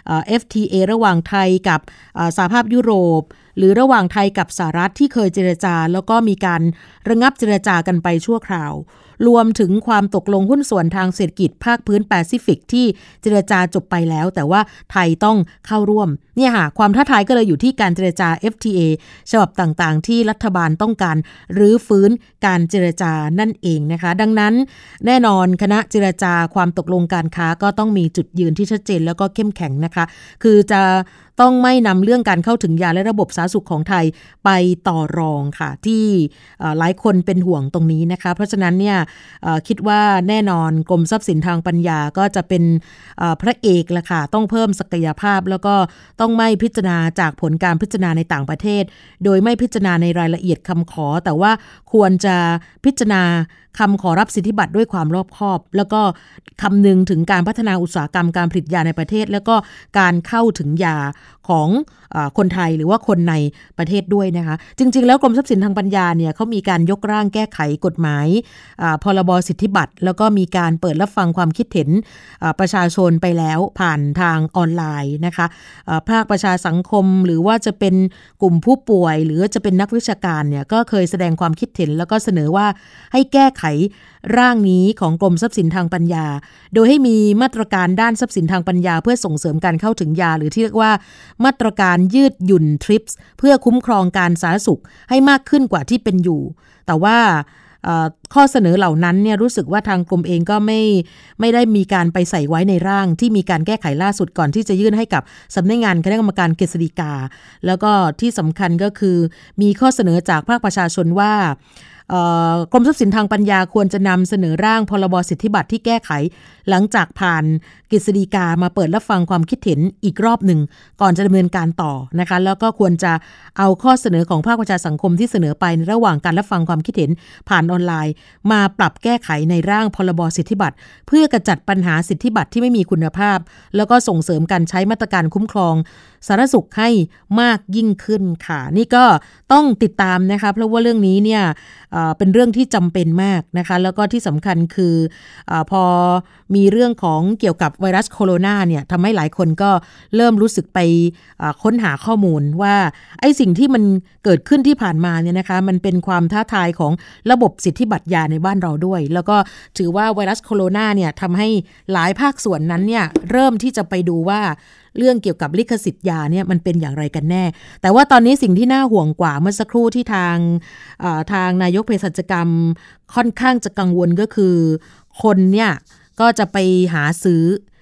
FTA ระหว่างไทยกับสหภาพยุโรปหรือระหว่างไทยกับสหรัฐที่เคยเจรจาแล้วก็มีการระงับเจรจากันไปชั่วคราวรวมถึงความตกลงหุ้นส่วนทางเศรษฐกิจภาคพื้นแปซิฟิกที่เจรจาจบไปแล้วแต่ว่าไทยต้องเข้าร่วมเนี่ยค่ะความท้าทายก็เลยอยู่ที่การเจรจา FTA ฉบับต่างๆที่รัฐบาลต้องการรื้อฟื้นการเจรจานั่นเองนะคะดังนั้นแน่นอนคณะเจรจาความตกลงการค้าก็ต้องมีจุดยืนที่ชัดเจนแล้วก็เข้มแข็งนะคะคือจะต้องไม่นำเรื่องการเข้าถึงยาและระบบสาธารณสุขของไทยไปต่อรองค่ะที่หลายคนเป็นห่วงตรงนี้นะคะเพราะฉะนั้นเนี่ยคิดว่าแน่นอนกรมทรัพย์สินทางปัญญาก็จะเป็นพระเอกละค่ะต้องเพิ่มศักยภาพแล้วก็ต้องไม่พิจารณาจากผลการพิจารณาในต่างประเทศโดยไม่พิจารณาในรายละเอียดคำขอแต่ว่าควรจะพิจารณาคำขอรับสิทธิบัตรด้วยความรอบคอบแล้วก็คำนึงถึงการพัฒนาอุตสาหกรรมการผลิตยาในประเทศแล้วก็การเข้าถึงยาของคนไทยหรือว่าคนในประเทศด้วยนะคะจริงๆแล้วกรมทรัพย์สินทางปัญญาเนี่ยเขามีการยกร่างแก้ไขกฎหมายพรบสิทธิบัตรแล้วก็มีการเปิดรับฟังความคิดเห็นประชาชนไปแล้วผ่านทางออนไลน์นะคะภาคประชาสังคมหรือว่าจะเป็นกลุ่มผู้ป่วยหรือจะเป็นนักวิชาการเนี่ยก็เคยแสดงความคิดเห็นแล้วก็เสนอว่าให้แก้ไขร่างนี้ของกรมทรัพย์สินทางปัญญาโดยให้มีมาตรการด้านทรัพย์สินทางปัญญาเพื่อส่งเสริมการเข้าถึงยาหรือที่เรียกว่ามาตรการยืดหยุ่น TRIPS เพื่อคุ้มครองการสาธารณสุขให้มากขึ้นกว่าที่เป็นอยู่แต่ว่าข้อเสนอเหล่านั้นเนี่ยรู้สึกว่าทางกรมเองก็ไม่ได้มีการไปใส่ไว้ในร่างที่มีการแก้ไขล่าสุดก่อนที่จะยื่นให้กับสำนักงานคณะกรรมการกฤษฎีกาแล้วก็ที่สำคัญก็คือมีข้อเสนอจากภาคประชาชนว่ากรมทรัพย์สินทางปัญญาควรจะนำเสนอร่างพรบสิทธิบัตรที่แก้ไขหลังจากผ่านกฤษฎีกามาเปิดรับฟังความคิดเห็นอีกรอบหนึ่งก่อนจะดำเนินการต่อนะคะแล้วก็ควรจะเอาข้อเสนอของภาคประชาสังคมที่เสนอไปในระหว่างการรับฟังความคิดเห็นผ่านออนไลน์มาปรับแก้ไขในร่างพรบสิทธิบัตรเพื่อกระจัดปัญหาสิทธิบัตรที่ไม่มีคุณภาพแล้วก็ส่งเสริมการใช้มาตรการคุ้มครองสาธารณสุขให้มากยิ่งขึ้นค่ะนี่ก็ต้องติดตามนะคะเพราะว่าเรื่องนี้เนี่ยเป็นเรื่องที่จำเป็นมากนะคะแล้วก็ที่สำคัญคือพอมีเรื่องของเกี่ยวกับไวรัสโคโรนาเนี่ยทำให้หลายคนก็เริ่มรู้สึกไปค้นหาข้อมูลว่าไอ้สิ่งที่มันเกิดขึ้นที่ผ่านมาเนี่ยนะคะมันเป็นความท้าทายของระบบสิทธิบัตรยาในบ้านเราด้วยแล้วก็ถือว่าไวรัสโคโรนาเนี่ยทำให้หลายภาคส่วนนั้นเนี่ยเริ่มที่จะไปดูว่าเรื่องเกี่ยวกับลิขสิทธิ์ยาเนี่ยมันเป็นอย่างไรกันแน่แต่ว่าตอนนี้สิ่งที่น่าห่วงกว่าเมื่อสักครู่ที่ทางนายกเภสัชกรรมค่อนข้างจะกังวลก็คือคนเนี่ยก็จะไปหาซื้อ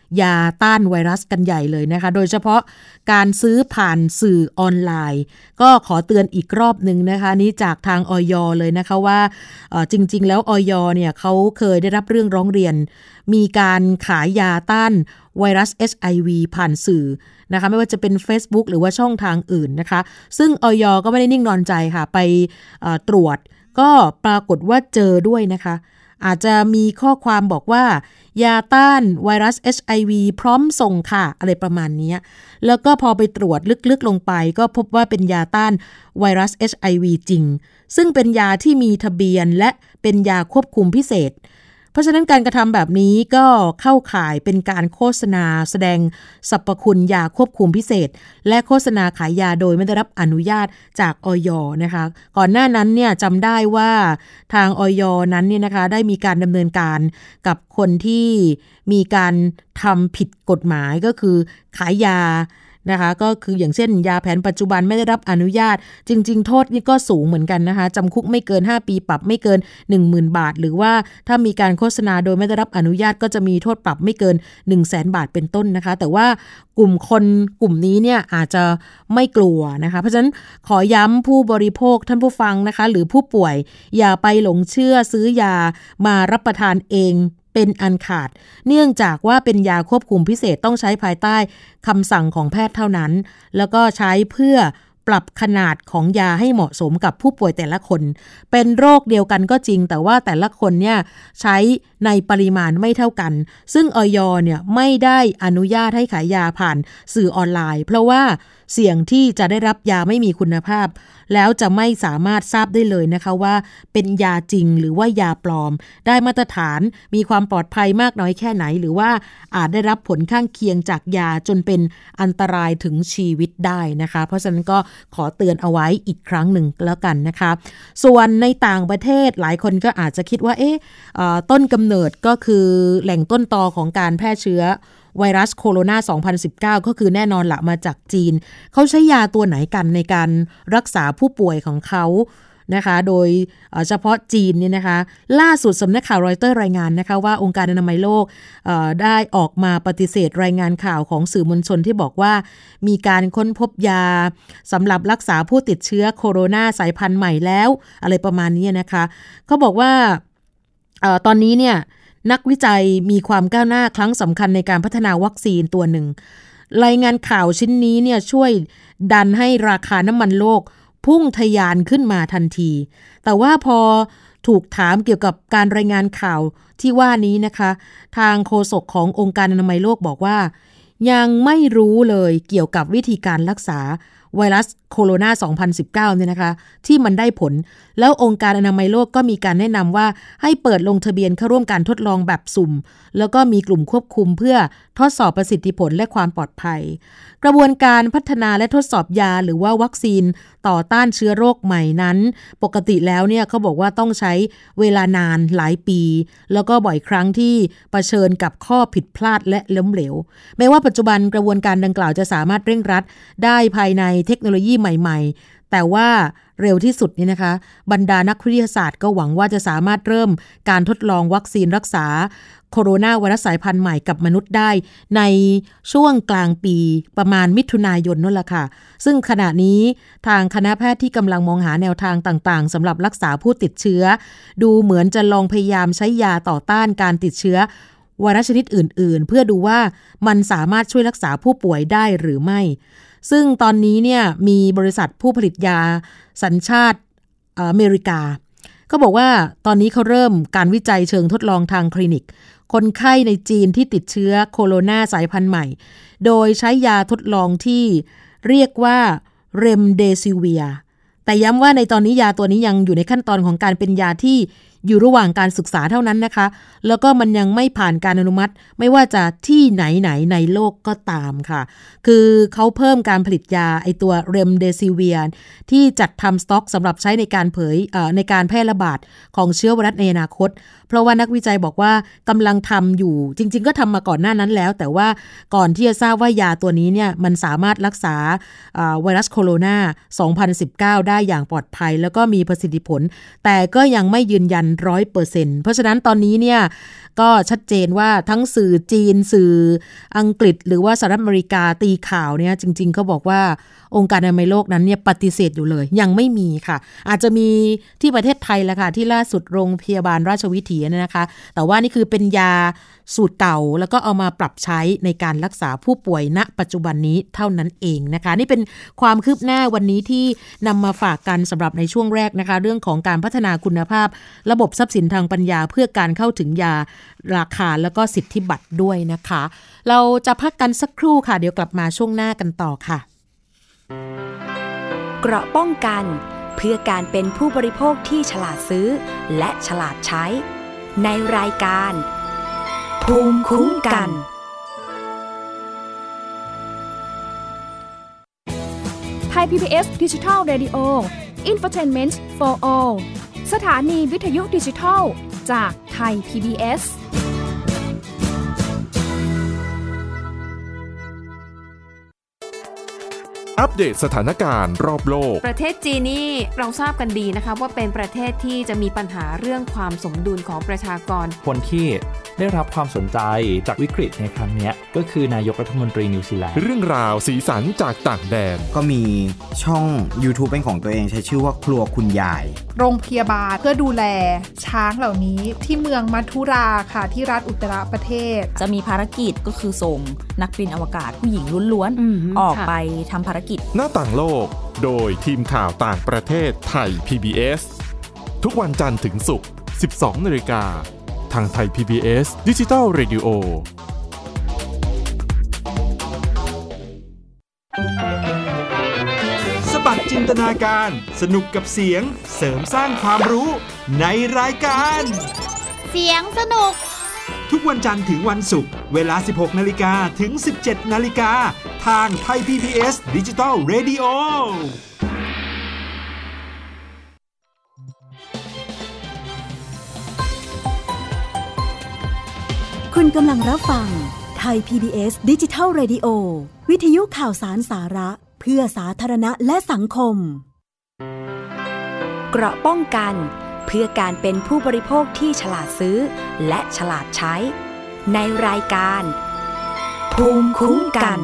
ยาต้านไวรัสกันใหญ่เลยนะคะโดยเฉพาะการซื้อผ่านสื่อออนไลน์ก็ขอเตือนอีกรอบนึงนะคะนี้จากทางอย.เลยนะคะว่าจริงๆแล้วอย.เนี่ยเขาเคยได้รับเรื่องร้องเรียนมีการขายยาต้านไวรัส HIV ผ่านสื่อนะคะไม่ว่าจะเป็น Facebook หรือว่าช่องทางอื่นนะคะซึ่งอย.ก็ไม่ได้นิ่งนอนใจค่ะไปตรวจก็ปรากฏว่าเจอด้วยนะคะอาจจะมีข้อความบอกว่ายาต้านไวรัส HIV พร้อมส่งค่ะอะไรประมาณนี้แล้วก็พอไปตรวจลึกๆลงไปก็พบว่าเป็นยาต้านไวรัส HIV จริงซึ่งเป็นยาที่มีทะเบียนและเป็นยาควบคุมพิเศษเพราะฉะนั้นการกระทำแบบนี้ก็เข้าข่ายเป็นการโฆษณาแสดงสรรพคุณยาควบคุมพิเศษและโฆษณาขายยาโดยไม่ได้รับอนุญาตจากอย.นะคะก่อนหน้านั้นเนี่ยจำได้ว่าทางอย.นั้นเนี่ยนะคะได้มีการดำเนินการกับคนที่มีการทำผิดกฎหมายก็คือขายยานะคะก็คืออย่างเช่นยาแผนปัจจุบันไม่ได้รับอนุญาตจริงๆโทษนี่ก็สูงเหมือนกันนะคะจำคุกไม่เกิน5ปีปรับไม่เกิน 10,000 บาทหรือว่าถ้ามีการโฆษณาโดยไม่ได้รับอนุญาตก็จะมีโทษปรับไม่เกิน 100,000 บาทเป็นต้นนะคะแต่ว่ากลุ่มคนกลุ่มนี้เนี่ยอาจจะไม่กลัวนะคะเพราะฉะนั้นขอย้ำผู้บริโภคท่านผู้ฟังนะคะหรือผู้ป่วยอย่าไปหลงเชื่อซื้อยามารับประทานเองเป็นอันขาดเนื่องจากว่าเป็นยาควบคุมพิเศษต้องใช้ภายใต้คำสั่งของแพทย์เท่านั้นแล้วก็ใช้เพื่อปรับขนาดของยาให้เหมาะสมกับผู้ป่วยแต่ละคนเป็นโรคเดียวกันก็จริงแต่ว่าแต่ละคนเนี่ยใช้ในปริมาณไม่เท่ากันซึ่งอย.เนี่ยไม่ได้อนุญาตให้ขายยาผ่านสื่อออนไลน์เพราะว่าเสี่ยงที่จะได้รับยาไม่มีคุณภาพแล้วจะไม่สามารถทราบได้เลยนะคะว่าเป็นยาจริงหรือว่ายาปลอมได้มาตรฐานมีความปลอดภัยมากน้อยแค่ไหนหรือว่าอาจได้รับผลข้างเคียงจากยาจนเป็นอันตรายถึงชีวิตได้นะคะเพราะฉะนั้นก็ขอเตือนเอาไว้อีกครั้งหนึ่งแล้วกันนะคะส่วนในต่างประเทศหลายคนก็อาจจะคิดว่าต้นกำเนิดก็คือแหล่งต้นตอของการแพร่เชื้อไวรัสโคโรนา 2019 ก็คือแน่นอนละมาจากจีนเขาใช้ยาตัวไหนกันในการรักษาผู้ป่วยของเขานะคะโดยเฉพาะจีนเนี่ยนะคะล่าสุดสำนักข่าวรอยเตอร์รายงานนะคะว่าองค์การอนามัยโลกได้ออกมาปฏิเสธรายงานข่าวของสื่อมวลชนที่บอกว่ามีการค้นพบยาสำหรับรักษาผู้ติดเชื้อโคโรนาสายพันธุ์ใหม่แล้วอะไรประมาณนี้นะคะเขาบอกว่าตอนนี้เนี่ยนักวิจัยมีความก้าวหน้าครั้งสำคัญในการพัฒนาวัคซีนตัวหนึ่งรายงานข่าวชิ้นนี้เนี่ยช่วยดันให้ราคาน้ำมันโลกพุ่งทะยานขึ้นมาทันทีแต่ว่าพอถูกถามเกี่ยวกับการรายงานข่าวที่ว่านี้นะคะทางโฆษกขององค์การอนามัยโลกบอกว่ายังไม่รู้เลยเกี่ยวกับวิธีการรักษาไวรัสโคโรนา 2019 เนี่ยนะคะที่มันได้ผลแล้วองค์การอนามัยโลกก็มีการแนะนำว่าให้เปิดลงทะเบียนเข้าร่วมการทดลองแบบสุ่มแล้วก็มีกลุ่มควบคุมเพื่อทดสอบประสิทธิผลและความปลอดภัยกระบวนการพัฒนาและทดสอบยาหรือว่าวัคซีนต่อต้านเชื้อโรคใหม่นั้นปกติแล้วเนี่ยเขาบอกว่าต้องใช้เวลานานหลายปีแล้วก็บ่อยครั้งที่เผชิญกับข้อผิดพลาดและล้มเหลวแม้ว่าปัจจุบันกระบวนการดังกล่าวจะสามารถเร่งรัดได้ภายในเทคโนโลยีใหม่ๆแต่ว่าเร็วที่สุดนี่นะคะบรรดานักวิทยาศาสตร์ก็หวังว่าจะสามารถเริ่มการทดลองวัคซีนรักษาโคโรนาไวรัสสายพันธุ์ใหม่กับมนุษย์ได้ในช่วงกลางปีประมาณมิถุนายนนั่นแหละค่ะซึ่งขณะนี้ทางคณะแพทย์ที่กำลังมองหาแนวทางต่างๆสำหรับรักษาผู้ติดเชื้อดูเหมือนจะลองพยายามใช้ยาต่อต้านการติดเชื้อไวรัสชนิดอื่นๆเพื่อดูว่ามันสามารถช่วยรักษาผู้ป่วยได้หรือไม่ซึ่งตอนนี้เนี่ยมีบริษัทผู้ผลิตยาสัญชาติอเมริกาก็บอกว่าตอนนี้เขาเริ่มการวิจัยเชิงทดลองทางคลินิกคนไข้ในจีนที่ติดเชื้อโคโรนาสายพันธุ์ใหม่โดยใช้ยาทดลองที่เรียกว่าเรมเดซิเวียแต่ย้ำว่าในตอนนี้ยาตัวนี้ยังอยู่ในขั้นตอนของการเป็นยาที่อยู่ระหว่างการศึกษาเท่านั้นนะคะแล้วก็มันยังไม่ผ่านการอนุมัติไม่ว่าจะที่ไหนในโลกก็ตามค่ะคือเขาเพิ่มการผลิตยาไอตัวเรมเดซิเวียที่จัดทำสต็อกสำหรับใช้ในการในการแพร่ระบาดของเชื้อไวรัสในอนาคตเพราะว่านักวิจัยบอกว่ากำลังทำอยู่จริงๆก็ทำมาก่อนหน้านั้นแล้วแต่ว่าก่อนที่จะทราบว่ายาตัวนี้เนี่ยมันสามารถรักษาไวรัสโคโรนา 2019 ได้อย่างปลอดภัยแล้วก็มีประสิทธิผลแต่ก็ยังไม่ยืนยัน 100% เพราะฉะนั้นตอนนี้เนี่ยก็ชัดเจนว่าทั้งสื่อจีนสื่ออังกฤษหรือว่าสหรัฐอเมริกาตีข่าวเนี่ยจริงๆเขาบอกว่าองค์การอนามัยโลกนั้นเนี่ยปฏิเสธอยู่เลยยังไม่มีค่ะอาจจะมีที่ประเทศไทยแหละค่ะที่ล่าสุดโรงพยาบาลราชวิถีเนี่ยนะคะแต่ว่านี่คือเป็นยาสูตรเก่าแล้วก็เอามาปรับใช้ในการรักษาผู้ป่วยณปัจจุบันนี้เท่านั้นเองนะคะนี่เป็นความคืบหน้าวันนี้ที่นำมาฝากกันสำหรับในช่วงแรกนะคะเรื่องของการพัฒนาคุณภาพระบบทรัพย์สินทางปัญญาเพื่อการเข้าถึงยาราคาแล้วก็สิทธิบัตรด้วยนะคะเราจะพักกันสักครู่ค่ะเดี๋ยวกลับมาช่วงหน้ากันต่อค่ะเกราะป้องกันเพื่อการเป็นผู้บริโภคที่ฉลาดซื้อและฉลาดใช้ในรายการภูมิคุ้มกันไทย PBS Digital Radio Infotainment for All สถานีวิทยุดิจิทัลจากไทย PBS อัปเดตสถานการณ์รอบโลกประเทศจีนนี่เราทราบกันดีนะคะว่าเป็นประเทศที่จะมีปัญหาเรื่องความสมดุลของประชากรคนที่ได้รับความสนใจจากวิกฤตในครั้งนี้ก็คือนายกรัฐมนตรีนิวซีแลนด์เรื่องราวสีสันจากต่างแดนก็มีช่อง YouTube เป็นของตัวเองใช้ชื่อว่าครัวคุณยายโรงพยาบาลเพื่อดูแลช้างเหล่านี้ที่เมืองมัทุราค่ะที่รัฐอุตตรประเทศจะมีภารกิจก็คือส่งนักบินอวกาศผู้หญิงล้วนๆออกไปทำภารกิจหน้าต่างโลกโดยทีมข่าวต่างประเทศไทย PBS ทุกวันจันทร์ถึงศุกร์ 12:00 น.ทางไทย PBS Digital Radio สบัดจินตนาการสนุกกับเสียงเสริมสร้างความรู้ในรายการเสียงสนุกทุกวันจันทร์ถึงวันศุกร์เวลา 16:00 น. ถึง 17:00 น. ทางไทย PBS Digital Radio คุณกำลังรับฟังไทย PBS Digital Radio วิทยุข่าวสารสาระเพื่อสาธารณะและสังคมเกราะป้องกันเพื่อการเป็นผู้บริโภคที่ฉลาดซื้อและฉลาดใช้ในรายการภูมิคุ้มกัน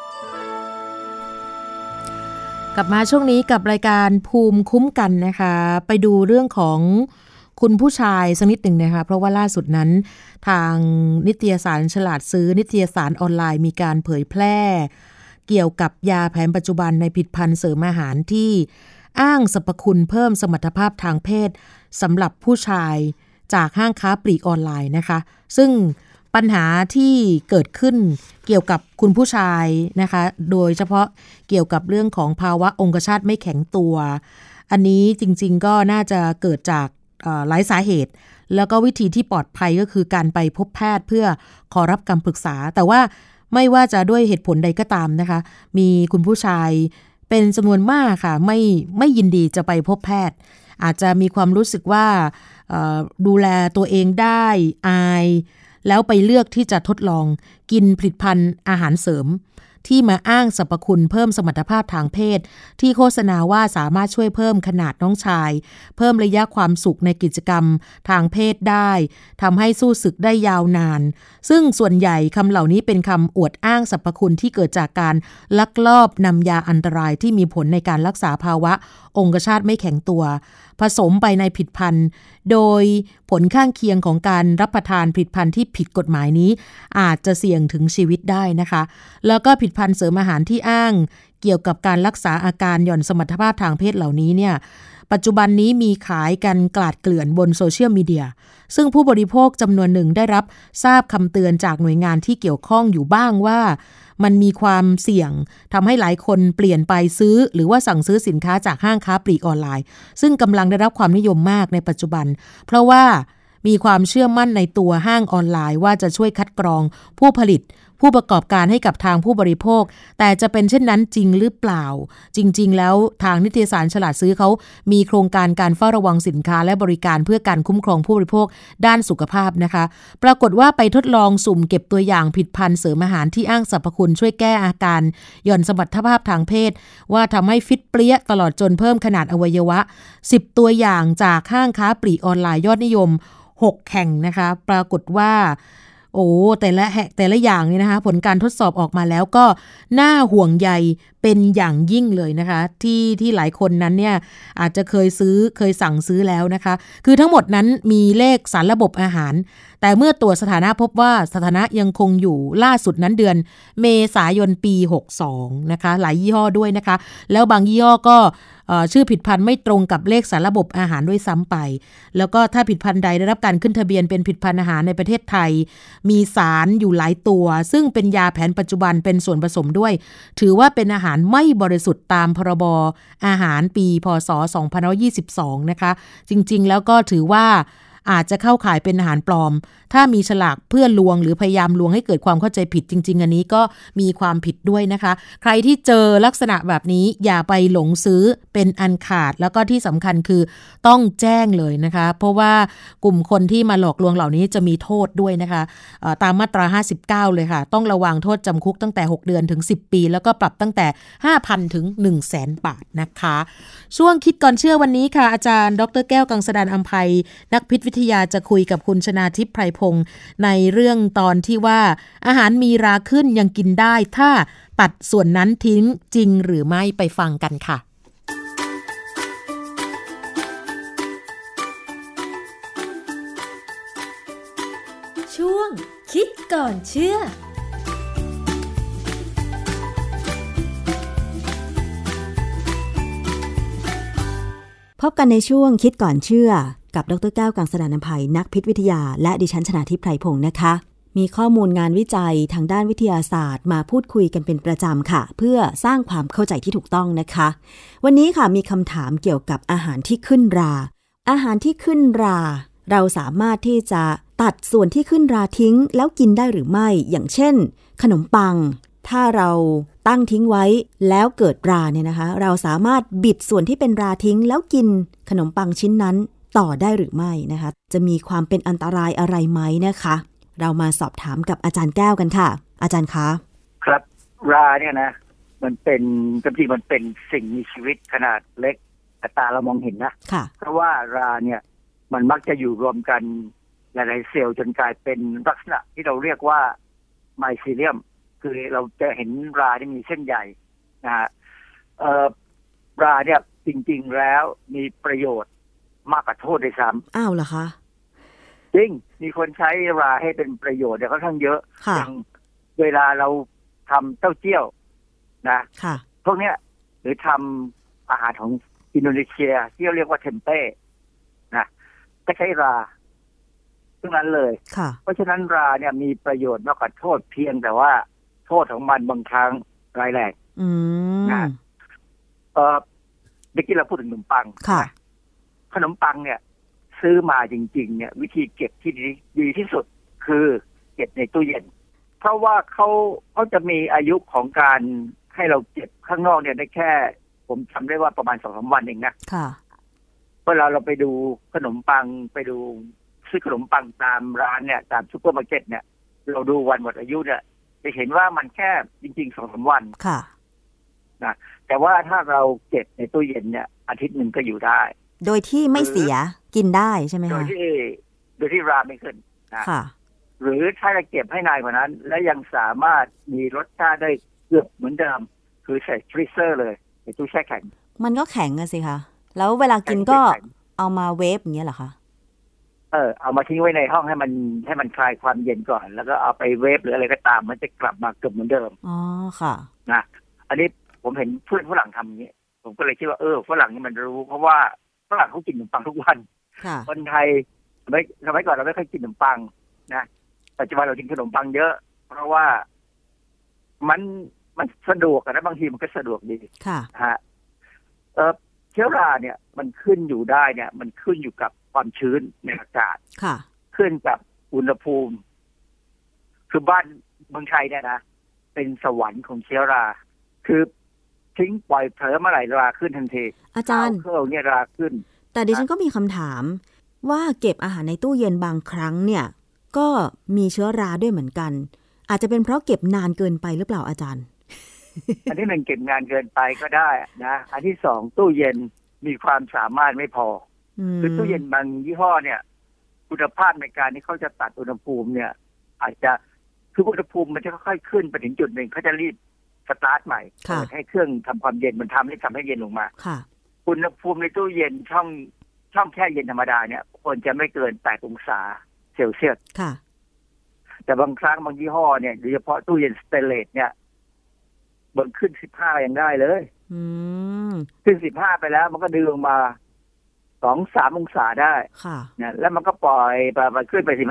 กลับมาช่วงนี้กับรายการภูมิคุ้มกันนะคะไปดูเรื่องของคุณผู้ชายสักนิดหนึ่งนะคะเพราะว่าล่าสุดนั้นทางนิตยสารฉลาดซื้อนิตยสารออนไลน์มีการเผยแพร่เกี่ยวกับยาแผนปัจจุบันในผลิตภัณฑ์เสริมอาหารที่อ้างสรรพคุณเพิ่มสมรรถภาพทางเพศสำหรับผู้ชายจากห้างค้าปลีกออนไลน์นะคะซึ่งปัญหาที่เกิดขึ้นเกี่ยวกับคุณผู้ชายนะคะโดยเฉพาะเกี่ยวกับเรื่องของภาวะองคชาตไม่แข็งตัวอันนี้จริงๆก็น่าจะเกิดจากหลายสาเหตุแล้วก็วิธีที่ปลอดภัยก็คือการไปพบแพทย์เพื่อขอรับคำปรึกษาแต่ว่าไม่ว่าจะด้วยเหตุผลใดก็ตามนะคะมีคุณผู้ชายเป็นจำนวนมากค่ะไม่ยินดีจะไปพบแพทย์อาจจะมีความรู้สึกว่าดูแลตัวเองได้อายแล้วไปเลือกที่จะทดลองกินผลิตภัณฑ์อาหารเสริมที่มาอ้างสรรพคุณเพิ่มสมรรถภาพทางเพศที่โฆษณาว่าสามารถช่วยเพิ่มขนาดน้องชายเพิ่มระยะความสุขในกิจกรรมทางเพศได้ทำให้สู้ศึกได้ยาวนานซึ่งส่วนใหญ่คำเหล่านี้เป็นคำอวดอ้างสรรพคุณที่เกิดจากการลักลอบนำยาอันตรายที่มีผลในการรักษาภาวะองคชาตไม่แข็งตัวผสมไปในผลิตภัณฑ์โดยผลข้างเคียงของการรับประทานผลิตภัณฑ์ที่ผิดกฎหมายนี้อาจจะเสี่ยงถึงชีวิตได้นะคะแล้วก็ผลิตภัณฑ์เสริมอาหารที่อ้างเกี่ยวกับการรักษาอาการหย่อนสมรรถภาพทางเพศเหล่านี้เนี่ยปัจจุบันนี้มีขายกันกลาดเกลื่อนบนโซเชียลมีเดียซึ่งผู้บริโภคจำนวนหนึ่งได้รับทราบคำเตือนจากหน่วยงานที่เกี่ยวข้องอยู่บ้างว่ามันมีความเสี่ยงทำให้หลายคนเปลี่ยนไปซื้อหรือว่าสั่งซื้อสินค้าจากห้างค้าปลีกออนไลน์ซึ่งกำลังได้รับความนิยมมากในปัจจุบันเพราะว่ามีความเชื่อมั่นในตัวห้างออนไลน์ว่าจะช่วยคัดกรองผู้ผลิตผู้ประกอบการให้กับทางผู้บริโภคแต่จะเป็นเช่นนั้นจริงหรือเปล่าจริงๆแล้วทางนิตยสารฉลาดซื้อเขามีโครงการการเฝ้าระวังสินค้าและบริการเพื่อการคุ้มครองผู้บริโภคด้านสุขภาพนะคะปรากฏว่าไปทดลองสุ่มเก็บตัวอย่างผลิตภัณฑ์เสริมอาหารที่อ้างสรรพคุณช่วยแก้อาการหย่อนสมรรถภาพทางเพศว่าทำให้ฟิตเปรี้ยตลอดจนเพิ่มขนาดอวัยวะ10ตัวอย่างจากห้างค้าปลีกออนไลน์ยอดนิยม 6 แห่งนะคะปรากฏว่าแต่ละอย่างนี่นะคะผลการทดสอบออกมาแล้วก็น่าห่วงใยเป็นอย่างยิ่งเลยนะคะที่หลายคนนั้นเนี่ยอาจจะเคยสั่งซื้อแล้วนะคะคือทั้งหมดนั้นมีเลขสารระบบอาหารแต่เมื่อตรวจสถานะพบว่าสถานะยังคงอยู่ล่าสุดนั้นเดือนเมษายนปี62นะคะหลายยี่ห้อด้วยนะคะแล้วบางยี่ห้อก็ชื่อผลิตภัณฑ์ไม่ตรงกับเลขสารระบบอาหารด้วยซ้ำไปแล้วก็ถ้าผลิตภัณฑ์ใดได้รับการขึ้นทะเบียนเป็นผลิตภัณฑ์อาหารในประเทศไทยมีสารอยู่หลายตัวซึ่งเป็นยาแผนปัจจุบันเป็นส่วนผสมด้วยถือว่าเป็นอาหารไม่บริสุทธิ์ตามพรบอาหารปีพ.ศ. 2522นะคะจริงๆแล้วก็ถือว่าอาจจะเข้าข่ายเป็นอาหารปลอมถ้ามีฉลากเพื่อลวงหรือพยายามลวงให้เกิดความเข้าใจผิดจริงๆอันนี้ก็มีความผิดด้วยนะคะใครที่เจอลักษณะแบบนี้อย่าไปหลงซื้อเป็นอันขาดแล้วก็ที่สำคัญคือต้องแจ้งเลยนะคะเพราะว่ากลุ่มคนที่มาหลอกลวงเหล่านี้จะมีโทษด้วยนะคะตามมาตรา59เลยค่ะต้องระวังโทษจำคุกตั้งแต่6 เดือนถึง10 ปีแล้วก็ปรับตั้งแต่ 5,000 ถึง 100,000 บาทนะคะช่วงคิดก่อนเชื่อวันนี้ค่ะอาจารย์ดร.แก้วกังสดาลอำไพนักพิษวิทยาจะคุยกับคุณชนาทิพย์ไพรพงศ์ในเรื่องตอนที่ว่าอาหารมีราขึ้นยังกินได้ถ้าตัดส่วนนั้นทิ้งจริงหรือไม่ไปฟังกันค่ะช่วงคิดก่อนเชื่อพบกันในช่วงคิดก่อนเชื่อกับดร.แก้วกังสดาลอำไพนักพิษวิทยาและดิฉันชนาทิพย์ไพรพงศ์นะคะมีข้อมูลงานวิจัยทางด้านวิทยาศาสตร์มาพูดคุยกันเป็นประจำค่ะเพื่อสร้างความเข้าใจที่ถูกต้องนะคะวันนี้ค่ะมีคำถามเกี่ยวกับอาหารที่ขึ้นราอาหารที่ขึ้นราเราสามารถที่จะตัดส่วนที่ขึ้นราทิ้งแล้วกินได้หรือไม่อย่างเช่นขนมปังถ้าเราตั้งทิ้งไว้แล้วเกิดราเนี่ยนะคะเราสามารถบิดส่วนที่เป็นราทิ้งแล้วกินขนมปังชิ้นนั้นต่อได้หรือไม่นะคะจะมีความเป็นอันตรายอะไรไหมนะคะเรามาสอบถามกับอาจารย์แก้วกันค่ะอาจารย์คะครับราเนี่ยนะมันเป็นจริงๆมันเป็นสิ่งมีชีวิตขนาดเล็กแต่ตาเรามองเห็นนะค่ะเพราะว่าราเนี่ยมันมักจะอยู่รวมกันหลายๆเซลล์จนกลายเป็นลักษณะที่เราเรียกว่าไมซีเลียมคือเราจะเห็นราที่มีเส้นใยนะฮะราเนี่ยจริงๆแล้วมีประโยชน์มากกว่าโทษด้วยซ้ำอ้าวเหรอคะจริงมีคนใช้ราให้เป็นประโยชน์เนี่ยค่อนข้างเยอะอย่างเวลาเราทำเต้าเจี้ยวนะพวกเนี้ยหรือทำอาหารของอินโดนีเซียที่เรียกว่าเทมเป้นะก็ใช้ราทั้งนั้นเลยเพราะฉะนั้นราเนี่ยมีประโยชน์มากกว่าโทษเพียงแต่ว่าโทษของมันบางครั้งร้ายแรงนะเมื่อกี้เราพูดถึงขนมปังขนมปังเนี่ยซื้อมาจริงๆเนี่ยวิธีเก็บที่ดีที่สุดคือเก็บในตู้เย็นเพราะว่าเขาจะมีอายุของการให้เราเก็บข้างนอกเนี่ยได้แค่ผมจำได้ว่าประมาณ 2-3 วันเองนะเวลาเราไปดูขนมปังไปดูซื้อขนมปังตามร้านเนี่ยตามซุปเปอร์มาร์เก็ตเนี่ยเราดูวันหมดอายุเนี่ยจะเห็นว่ามันแค่จริงๆ 2-3 วันนะแต่ว่าถ้าเราเก็บในตู้เย็นเนี่ยอาทิตย์นึงก็อยู่ได้โดยที่ไม่เสียกินได้ใช่ไหมคะโดยที่ราไม่ขึ้นนะหรือถ้าจะเก็บให้นานกว่านั้นและยังสามารถมีรสชาติได้เกือบเหมือนเดิมคือใส่ฟรีเซอร์เลยในตู้แช่แข็งมันก็แข็งอะสิคะแล้วเวลากินก็เอามาเวฟอย่างเงี้ยเหรอคะเอามาทิ้งไว้ในห้องให้มันคลายความเย็นก่อนแล้วก็เอาไปเวฟหรืออะไรก็ตามมันจะกลับมาเกือบเหมือนเดิมอ๋อค่ะนะอันนี้ผมเห็นเพื่อนฝรั่งทำอย่างนี้ผมก็เลยคิดว่าฝรั่งนี่มันรู้เพราะว่าฝรั่งเขากินขนมปังทุกวันคนไทยสมัยก่อนเราไม่ค่อยกินขนมปังนะปัจจุบันเรากินขนมปังเยอะเพราะว่ามันสะดวกนะบางทีมันก็สะดวกดีฮะเชื้อราเนี่ยมันขึ้นอยู่ได้เนี่ยมันขึ้นอยู่กับความชื้นในอากาศขึ้นกับอุณหภูมิคือบ้านเมืองไทยเนี่ยนะเป็นสวรรค์ของเชื้อราคือทิ้งปล่อยเผลอเมื่อไหร่ราขึ้นทันทีอาจารย์เครื่องเนี่ยราขึ้นแต่ดิฉันก็มีคำถามว่าเก็บอาหารในตู้เย็นบางครั้งเนี่ยก็มีเชื้อราด้วยเหมือนกันอาจจะเป็นเพราะเก็บนานเกินไปหรือเปล่าอาจารย์อันที่หนึ่งเก็บนานเกินไปก็ได้นะอันที่สองตู้เย็นมีความสามารถไม่พอคือตู้เย็นบางยี่ห้อเนี่ยคุณภาพในการที่เขาจะตัดอุณหภูมิเนี่ยอาจจะคืออุณหภูมิมันจะค่อยๆขึ้นไปถึงจุดหนึ่งเขาจะรีบสตาร์ทใหม่เปิดให้เครื่องทำความเย็นมันทำให้เย็นลงมาอุณหภูมิในตู้เย็นช่องแช่เย็นธรรมดาเนี่ยควรจะไม่เกิน8 องศาเซลเซียสแต่บางครั้งบางยี่ห้อเนี่ยโดยเฉพาะตู้เย็นสเตนเลสเนี่ยบนขึ้น15ยังได้เลยขึ้น15ไปแล้วมันก็ดึงลงมา2-3 องศาได้เนี่ยแล้วมันก็ปล่อยไปขึ้นไป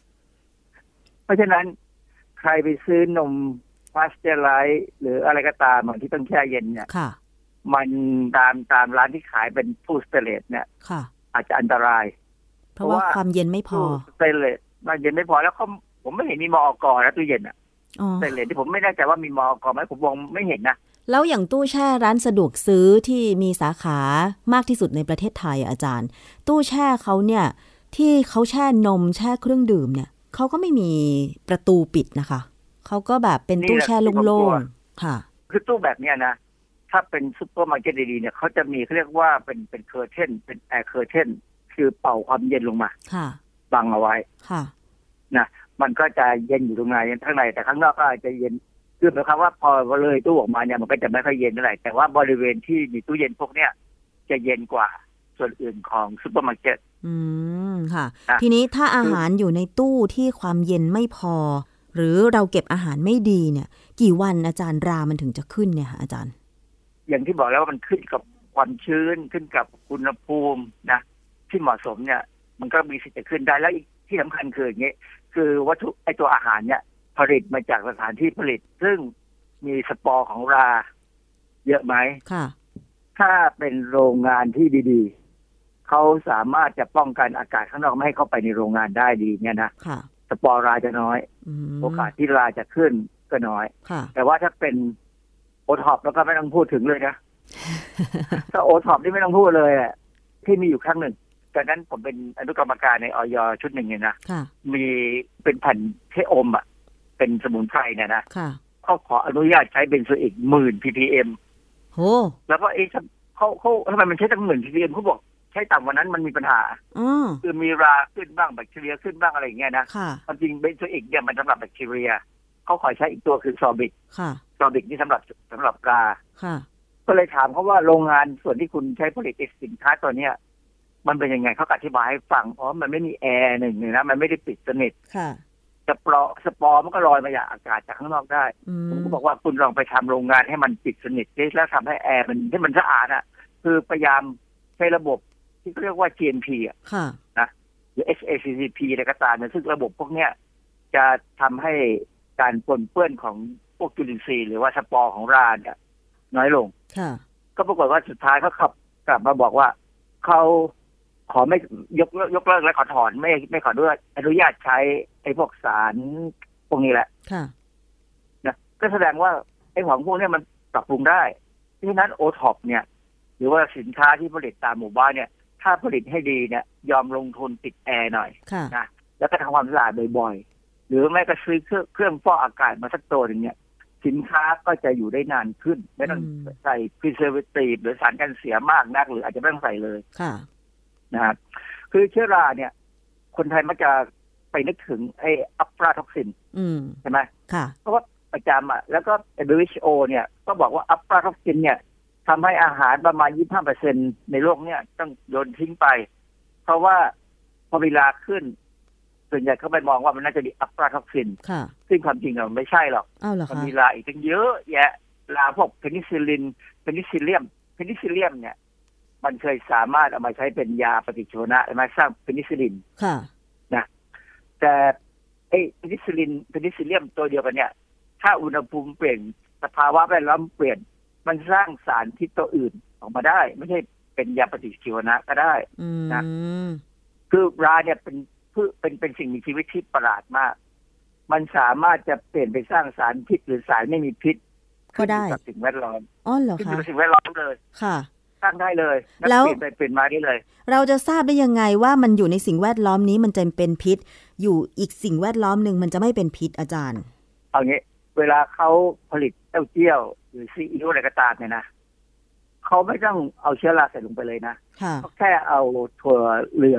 15เพราะฉะนั้นใครไปซื้อนมพาสเจอร์ไลท์หรืออะไรก็ตามที่ต้องแช่เย็นเนี่ยมันตามร้านที่ขายเป็นตู้สเตนเลสเนี่ยอาจจะอันตรายเพราะว่าความเย็นไม่พอสเตนเลสมันเย็นไม่พอแล้วผมไม่เห็นมีมอก.นะตู้เย็นสเตนเลสที่ผมไม่แน่ใจว่ามีมอก.ไหมผมมองไม่เห็นนะแล้วอย่างตู้แช่ร้านสะดวกซื้อที่มีสาขามากที่สุดในประเทศไทยอาจารย์ตู้แช่เขาเนี่ยที่เขาแช่นมแช่เครื่องดื่มเนี่ยเขาก็ไม่มีประตูปิดนะคะเขาก็แบบเป็นตู้แช่โล่งๆค่ะคือตู้แบบเนี้ยนะถ้าเป็นซุปเปอร์มาร์เก็ตดีๆเนี่ยเขาจะมีเขาเรียกว่าเป็นเคอร์เทนเป็นแอร์เคอร์เทนคือเป่าความเย็นลงมาบังเอาไว้นะมันก็จะเย็นอยู่ตรงในข้างในแต่ข้างนอกก็อาจจะเย็นคือหมายความว่าพอเลยตู้ออกมาเนี่ยมันก็จะไม่ค่อยเย็นเท่าไหร่แต่ว่าบริเวณที่มีตู้เย็นพวกเนี้ยจะเย็นกว่าส่วนอื่นของซุปเปอร์มาร์เก็ตค่ะทีนี้ถ้าอาหารอยู่ในตู้ที่ความเย็นไม่พอหรือเราเก็บอาหารไม่ดีเนี่ยกี่วันอาจารย์รามันถึงจะขึ้นเนี่ยอาจารย์อย่างที่บอกแล้วว่ามันขึ้นกับความชื้นขึ้นกับอุณหภูมินะที่เหมาะสมเนี่ยมันก็มีสิทธิ์จะขึ้นได้แล้วอีกที่สำคัญคืออย่างนี้คือวัตถุไอตัวอาหารเนี่ยผลิตมาจากสถานที่ผลิตซึ่งมีสปอร์ของราเยอะไหมถ้าเป็นโรงงานที่ดีๆเขาสามารถจะป้องกันอากาศข้างนอกไม่ให้เข้าไปในโรงงานได้ดีเนี่ยนะสปอร์ราจะน้อยโอกาสที่ราจะขึ้นก็น้อยแต่ว่าถ้าเป็นโอท็อปแล้วก็ไม่ต้องพูดถึงเลยนะ ถ้าโอท็อปนี่ไม่ต้องพูดเลยอ่ะที่มีอยู่ครั้งหนึ่งตอนนั้นผมเป็นอนุกรรมการในอย.ชุดหนึ่งเนี่ยนะมีเป็นแผ่นเทอมอ่ะเป็นสมุนไพรเนี่ยนะเขาขออนุญาตใช้เบนโซอิก10,000 ppm โอ้แล้วก็เขาทำไมมันใช้ตั้ง10,000 ppm เขาบอกใช้ต่ำกว่านั้นมันมีปัญหาคือมีราขึ้นบ้างแบคทีเรียขึ้นบ้างอะไรอย่างเงี้ยนะความจริงเบนโซอิกเนี่ยมันสำหรับแบคทีเรียเขาขอใช้อีกตัวคือซอบิกนี่สำหรับราก็เลยถามเขาว่าโรงงานส่วนที่คุณใช้ผลิตสินค้าตัวเนี้ยมันเป็นยังไงเขาอธิบายให้ฟังมันไม่มีแอร์หนึ่งนะมันไม่ได้ปิดสนิทสปอร์มันก็ลอยมาจากอากาศจากข้างนอกได้ผมก็บอกว่าคุณลองไปทำโรงงานให้มันปิดสนิทแล้วทำให้แอร์มันให้มันสะอาดอ่ะคือพยายามใช้ระบบที่เรียกว่า GMP อ่ะนะหรือ HACCP อะไรก็ตามซึ่งระบบพวกเนี้ยจะทำให้การปนเปื้อนของพวกจุลินทรีย์หรือว่าสปอร์ของราเนี่ยน้อยลงก็ปรากฏว่าสุดท้ายเขากลับมาบอกว่าเขาขอไม่ยกเลิกและขอถอนไม่ขอด้วยอนุญาตใช้ไอ้พวกสารพวกนี้แหละนะก็แสดงว่าไอ้ของพวกนี้มันปรับปรุงได้เพราะฉะนั้นโอท็อปเนี่ยหรือว่าสินค้าที่ผลิตตามหมู่บ้านเนี่ยถ้าผลิตให้ดีเนี่ยยอมลงทุนติดแอร์หน่อยนะแล้วก็ทำความสะอาดบ่อยๆหรือแม้ก็ซื้อเครื่องฟอกอากาศมาสักตัวนึงเนี่ยสินค้าก็จะอยู่ได้นานขึ้นไม่ต้องใส่ preservative หรือสารกันเสียมากนักหรืออาจจะไม่ต้องใส่เลยนะครับคือเชื้อราเนี่ยคนไทยมักจะไปนึกถึงไอ้อัฟลาท็อกซินใช่ไหมเพราะว่าประจำอ่ะแล้วก็ WHO เนี่ยก็บอกว่าอัฟลาท็อกซินเนี่ยทำให้อาหารประมาณ 25% ในโลกเนี่ยต้องโยนทิ้งไปเพราะว่าพอเวลาขึ้นส่วนใหญ่เขาไปมองว่ามันน่าจะมีอัฟลาท็อกซินซึ่งความจริงมันไม่ใช่หรอกมันมีราอีกตั้งเยอะแยะราพวกเพนิซิลเลียมเนี่ยมันเคยสามารถเอามาใช้เป็นยาปฏิชีวนะมาสร้างเพนิซิลินนะแต่ไอ้เพนิซิเลียมตัวเดียวกันเนี่ยถ้าอุณหภูมิเปลี่ยนสภาวะแวดล้อมเปลี่ยนมันสร้างสารพิษตัวอื่นออกมาได้ไม่ใช่เป็นยาปฏิชีวนะก็ได้นะคือราเนี่ยเป็นสิ่งมีชีวิตที่ประหลาดมากมันสามารถจะเปลี่ยนไปสร้างสารพิษหรือสารไม่มีพิษก็ได้กับสิ่งแวดล้อมเหรอคะกับสิ่งแวดล้อมเลยค่ะสร้างได้เลยแล้วเปลี่ยนไปเปลี่ยนมาได้เลยเราจะทราบได้ยังไงว่ามันอยู่ในสิ่งแวดล้อมนี้มันจะเป็นพิษอยู่อีกสิ่งแวดล้อมนึงมันจะไม่เป็นพิษอาจารย์เอางี้เวลาเขาผลิตเต้าเจี้ยวหรือซีอิ๊วอะไรก็ตามเนี่ยนะเขาไม่ต้องเอาเชื้อราใส่ลงไปเลยนะเขาแค่เอาถั่วเหลือง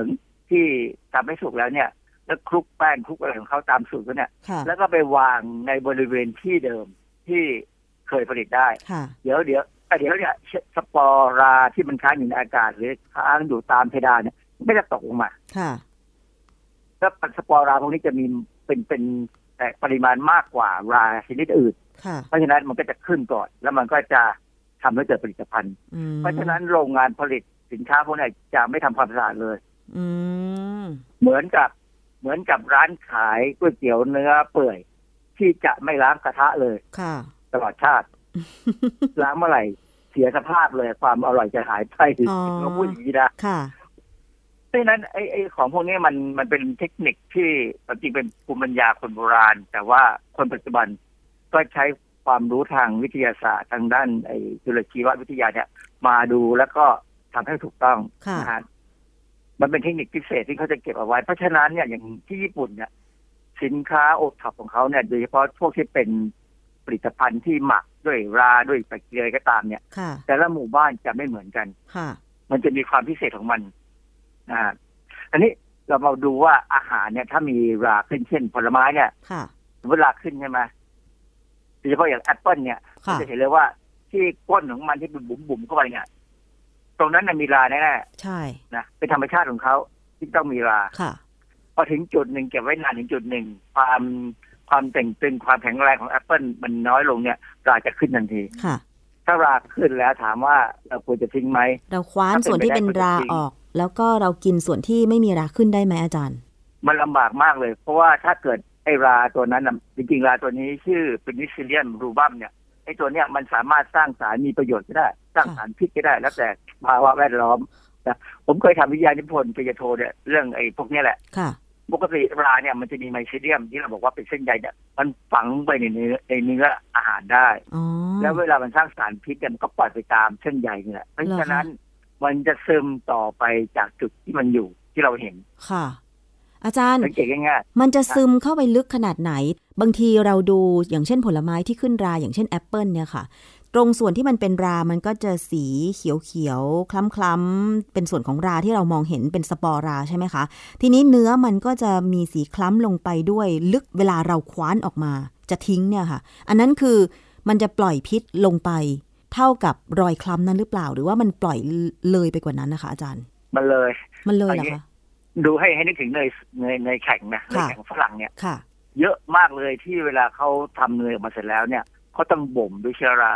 ที่ทำให้สุกแล้วเนี่ยแล้วคลุกแป้งคลุกอะไรของเขาตามสูตรเขาเนี่ยแล้วก็ไปวางในบริเวณที่เดิมที่เคยผลิตได้เดี๋ยวเนี่ยสปอราที่มันค้างอยู่ในอากาศหรือค้างอยู่ตามเพดานเนี่ยไม่จะตกลงมาแล้วสปอราพวกนี้จะมีเป็นแต่ปริมาณมากกว่าราชนิดอื่นเพราะฉะนั้นมันก็จะขึ้นก่อนแล้วมันก็จะทำให้เกิดผลิตภัณฑ์เพราะฉะนั้นโรงงานผลิตสินค้าพวกนี้จะไม่ทำความสะอาดเลยเหมือนกับร้านขายก๋วยเตี๋ยวเนื้อเปื่อยที่จะไม่ล้างกระทะเลยตลอดชาติ ล้างเมื่อไหร่เสียสภาพเลยความอร่อยจะหายไปเราพูดอย่างนี้นะเพราะฉะนั้นไอ้ของพวกนี้มันเป็นเทคนิคที่จริงเป็นภูมิปัญญาคนโบราณแต่ว่าคนปัจจุบันก็ใช้ความรู้ทางวิทยาศาสตร์ทางด้านจุลชีววิทยาเนี่ยมาดูแล้วก็ทำให้ถูกต้องนะฮะมันเป็นเทคนิคพิเศษที่เขาจะเก็บเอาไว้เพราะฉะนั้นเนี่ยอย่างที่ญี่ปุ่นเนี่ยสินค้าโอท็อปของเขาเนี่ยโดยเฉพาะพวกที่เป็นผลิตภัณฑ์ที่หมักด้วยราด้วยแบคทีเรียก็ตามเนี่ยแต่ละหมู่บ้านจะไม่เหมือนกันมันจะมีความพิเศษของมันอันนี้เรามาดูว่าอาหารเนี่ยถ้ามีราขึ้นเช่นผลไม้เนี่ยเวลาขึ้นใช่ไหมโดยเฉพาะอย่างแอปเปิลเนี่ยจะเห็นเลยว่าที่ก้นของมันที่บุ๋มเข้าไปเนี่ยตรงนั้นน่ะมีราแน่ๆใช่นะเป็นธรรมชาติของเขาที่ต้องมีราพอถึงจุดหนึ่งเก็บไว้นานถึงจุดหนึ่งความเต่งตึงความแข็งแรงของแอปเปิลมันน้อยลงเนี่ยราจะขึ้นทันทีถ้าราขึ้นแล้วถามว่าเราควรจะทิ้งไหมเราคว้านส่วนที่เป็นราออกแล้วก็เรากินส่วนที่ไม่มีราขึ้นได้ไหมอาจารย์มันลำบากมากเลยเพราะว่าถ้าเกิดไอ้ราตัวนั้นจริงๆราตัวนี้ชื่อเป็นนิซิเลียมรูบัมเนี่ยไอ้ตัวเนี้ยมันสามารถสร้างสารมีประโยชน์ก็ได้สร้างสารพิษก็ได้แล้วแต่ภาวะแวดล้อมนะผมเคยทำวิทยานิพนธ์ปริญญาโทเนี่ยเรื่องไอ้พวกนี้แหละปกติราเนี่ยมันจะมีไมซิเลียมที่เราบอกว่าเป็นเส้นใยเนี่ยมันฝังไปในเนื้ออาหารได้แล้วเวลามันสร้างสารพิษมันก็ปล่อยไปตามเส้นใยนี่แหละเพราะฉะนั้นมันจะซึมต่อไปจากจุดที่มันอยู่ที่เราเห็นค่ะอาจารย์สังเกตง่ายๆมันจะซึมเข้าไปลึกขนาดไหนบางทีเราดูอย่างเช่นผลไม้ที่ขึ้นราอย่างเช่นแอปเปิลเนี่ยค่ะตรงส่วนที่มันเป็นรามันก็จะสีเขียวๆคล้ำๆเป็นส่วนของราที่เรามองเห็นเป็นสปอราใช่ไหมคะทีนี้เนื้อมันก็จะมีสีคล้ำลงไปด้วยลึกเวลาเราคว้านออกมาจะทิ้งเนี่ยค่ะอันนั้นคือมันจะปล่อยพิษลงไปเท่ากับรอยคล้ำนั้นหรือเปล่าหรือว่ามันปล่อยเลยไปกว่านั้นนะคะอาจารย์มันเลยเหรอคะดูให้นึกถึงเนยแข็งนะเนยแข็งฝรั่งเนี่ยเยอะมากเลยที่เวลาเขาทำเนยออกมาเสร็จแล้วเนี่ยเขาต้องบ่มด้วยเชื้อรา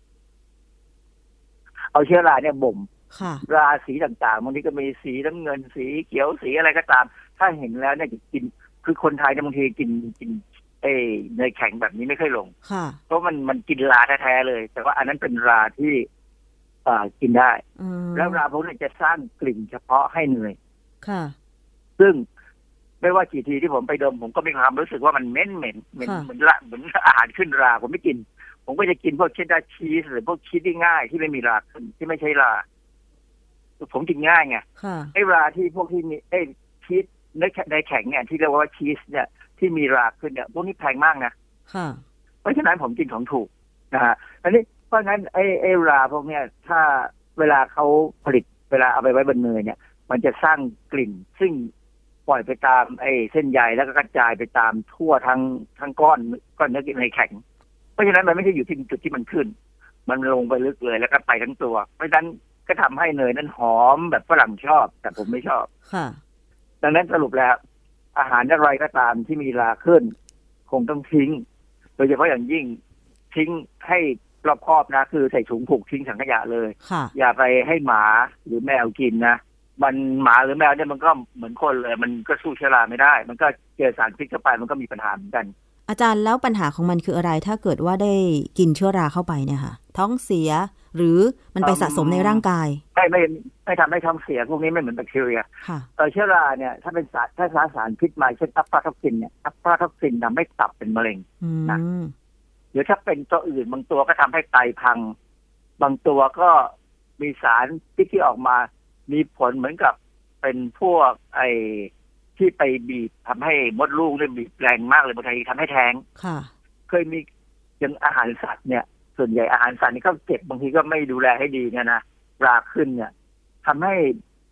เอาเชื้อราเนี่ยบ่มราสีต่างๆบางทีก็มีสีน้ำเงินสีเขียวสีอะไรก็ตามถ้าเห็นแล้วเนี่ยจะกินคือคนไทยเนี่ยบางทีกินเนยแข็งแบบนี้ไม่ค่อยลงเพราะมันกินราแท้ๆเลยแต่ว่าอันนั้นเป็นราที่กินได้แล้วราพวกนี้จะสร้างกลิ่นเฉพาะให้เนยซึ่งไม่ว่ากี่ทีที่ผมไปดมผมก็มีความรู้สึกว่ามันเหม็นเหมือนอาหารขึ้นราผมไม่กินผมก็จะกินพวกเชดดาร์ชีสหรือพวกชีสที่ง่ายที่ไม่มีราขึ้นที่ไม่ใช่ราผมกินง่ายไงไอ้ราที่พวกที่มีชีสในแข็งเนี่ยที่เรียกว่าชีสเนี่ยที่มีราขึ้นเนี่ยพวกนี้แพงมากนะเพราะฉะนั้นผมกินของถูกนะฮะอันนี้เพราะงั้นไอ้ราพวกเนี้ยถ้าเวลาเขาผลิตเวลาเอาไปไว้บนเนยเนี่ยมันจะสร้างกลิ่นซึ่งปล่อยไปตามเส้นใยแล้วก็กระจายไปตามทั่วทั้งก้อนเนื้อในแข็งเพราะฉะนั้นมันไม่ใช่อยู่ที่จุดที่มันขึ้นมันลงไปลึกเลยแล้วก็ไปทั้งตัวเพราะฉะนั้นก็ทำให้เนยนั้นหอมแบบฝรั่งชอบแต่ผมไม่ชอบดังนั้นสรุปแล้วอาหารอะไรก็ตามที่มีราขึ้นคงต้องทิ้งโดยเฉพาะอย่างยิ่งทิ้งให้รอบคอบนะคือใส่ถุงผูกทิ้งถังขยะเลยอย่าไปให้หมาหรือแมวกินนะมันหมาหรือแมวเนี่ยมันก็เหมือนคนเลยมันก็สู้เชื้อราไม่ได้มันก็เจอสารพิษเข้าไปมันก็มีปัญหาเหมือนกันอาจารย์แล้วปัญหาของมันคืออะไรถ้าเกิดว่าได้กินเชื้อราเข้าไปเนี่ยค่ะท้องเสียหรือมันไปสะสมในร่างกายไม่ทำให้ท้องเสียพวกนี้ไม่เหมือนแบคทีเรียเชื้อราเนี่ยถ้าเป็นสารพิษมาเช่นอัฟลาท็อกซินเนี่ยอัฟลาท็อกซินทำให้ตับเป็นมะเร็งนะหรือถ้าเป็นตัวอื่นบางตัวก็ทำให้ไตพังบางตัวก็มีสารพิษที่ออกมามีผลเหมือนกับเป็นพวกที่ไปบีบทำให้มดลูกเนี่ยบีบแรงมากเลยบางทีทำให้แท้งเคยมีอย่างอาหารสัตว์เนี่ยส่วนใหญ่อาหารสัตว์นี่เขาเก็บบางทีก็ไม่ดูแลให้ดีเนี่ยนะราขึ้นเนี่ยทำให้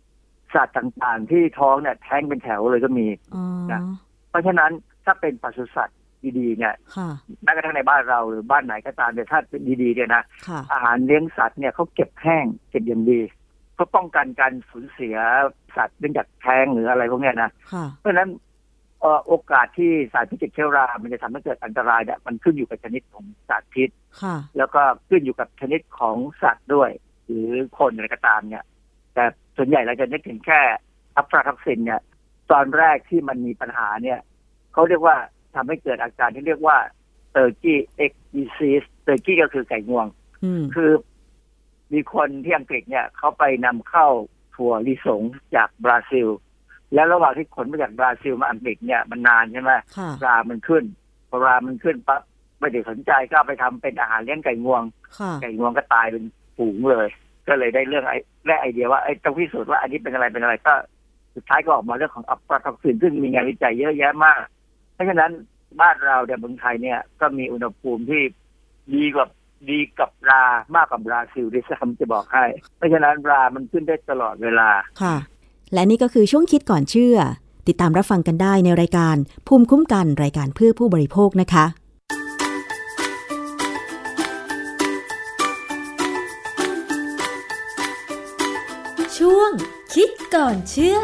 สัตว์ต่างๆที่ท้องเนี่ยแท้งเป็นแถวเลยก็มีนะเพราะฉะนั้นถ้าเป็นปศุสัตว์ดีๆเนี่ยแม้กระทั่งในบ้านเราหรือบ้านไหนก็ตามเนี่ยถ้าดีๆเนี่ยนะอาหารเลี้ยงสัตว์เนี่ยเขาเก็บแห้งเก็บอย่างดีเพื่อป้องกันการสูญเสียสัตว์เนื่องจากแท้งหรืออะไรพวกนี้นะเพราะฉะนั้นโอกาสที่สารพิษจากเชื้อรามันจะทำให้เกิดอันตรายเนี่ยมันขึ้นอยู่กับชนิดของสารพิษแล้วก็ขึ้นอยู่กับชนิดของสัตว์ด้วยหรือคนอะไรก็ตามเนี่ยแต่ส่วนใหญ่เราจะนึกถึงแค่อัฟลาท็อกซินเนี่ยตอนแรกที่มันมีปัญหาเนี่ยเขาเรียกว่าทำให้เกิดอาการที่เรียกว่า Turkey Egg Disease Turkey ก็คือไก่งวงคือมีคนที่อังกฤษเนี่ยเขาไปนำเข้าถั่วลิสงจากบราซิลแล้วระหว่างที่ขนมาจากบราซิลมาอังกฤษเนี่ยมันนานใช่ไหมรามันขึ้นพอรามันขึ้นปั๊บไม่ได้สนใจก็ไปทำเป็นอาหารเลี้ยงไก่งวงไก่งวงก็ตายเป็นฝูงเลยก็เลยได้เรื่องไอเดียว่าต้องพิสูจน์ว่าอันนี้เป็นอะไรก็สุดท้ายก็ออกมาเรื่องของอัฟลาท็อกซินซึ่งมีงานวิจัยเยอะแยะมากเพราะฉะนั้นบ้านเราเมืองไทยเนี่ยก็มีอุณหภูมิที่ดีกับรามากกว่าบราซิลด้วยซ้ำจะบอกให้เพราะฉะนั้นรามันขึ้นได้ตลอดเวลาค่ะและนี่ก็คือช่วงคิดก่อนเชื่อติดตามรับฟังกันได้ในรายการภูมิคุ้มกันรายการเพื่อผู้บริโภคนะคะช่วงคิดก่อนเชื่อ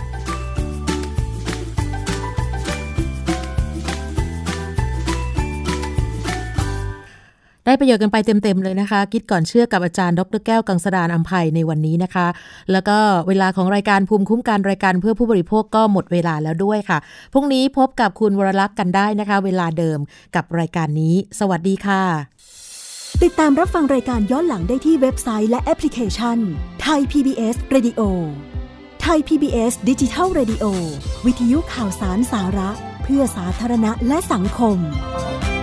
ได้ประโยชน์กันไปเต็มๆเลยนะคะคิดก่อนเชื่อกับอาจารย์ดร.แก้วกังสดาลอำไพในวันนี้นะคะแล้วก็เวลาของรายการภูมิคุ้มกันรายการเพื่อผู้บริโภคก็หมดเวลาแล้วด้วยค่ะพรุ่งนี้พบกับคุณวรลักษณ์กันได้นะคะเวลาเดิมกับรายการนี้สวัสดีค่ะติดตามรับฟังรายการย้อนหลังได้ที่เว็บไซต์และแอปพลิเคชัน Thai PBS Radio Thai PBS Digital Radio วิทยุข่าวสารสาระเพื่อสาธารณะและสังคม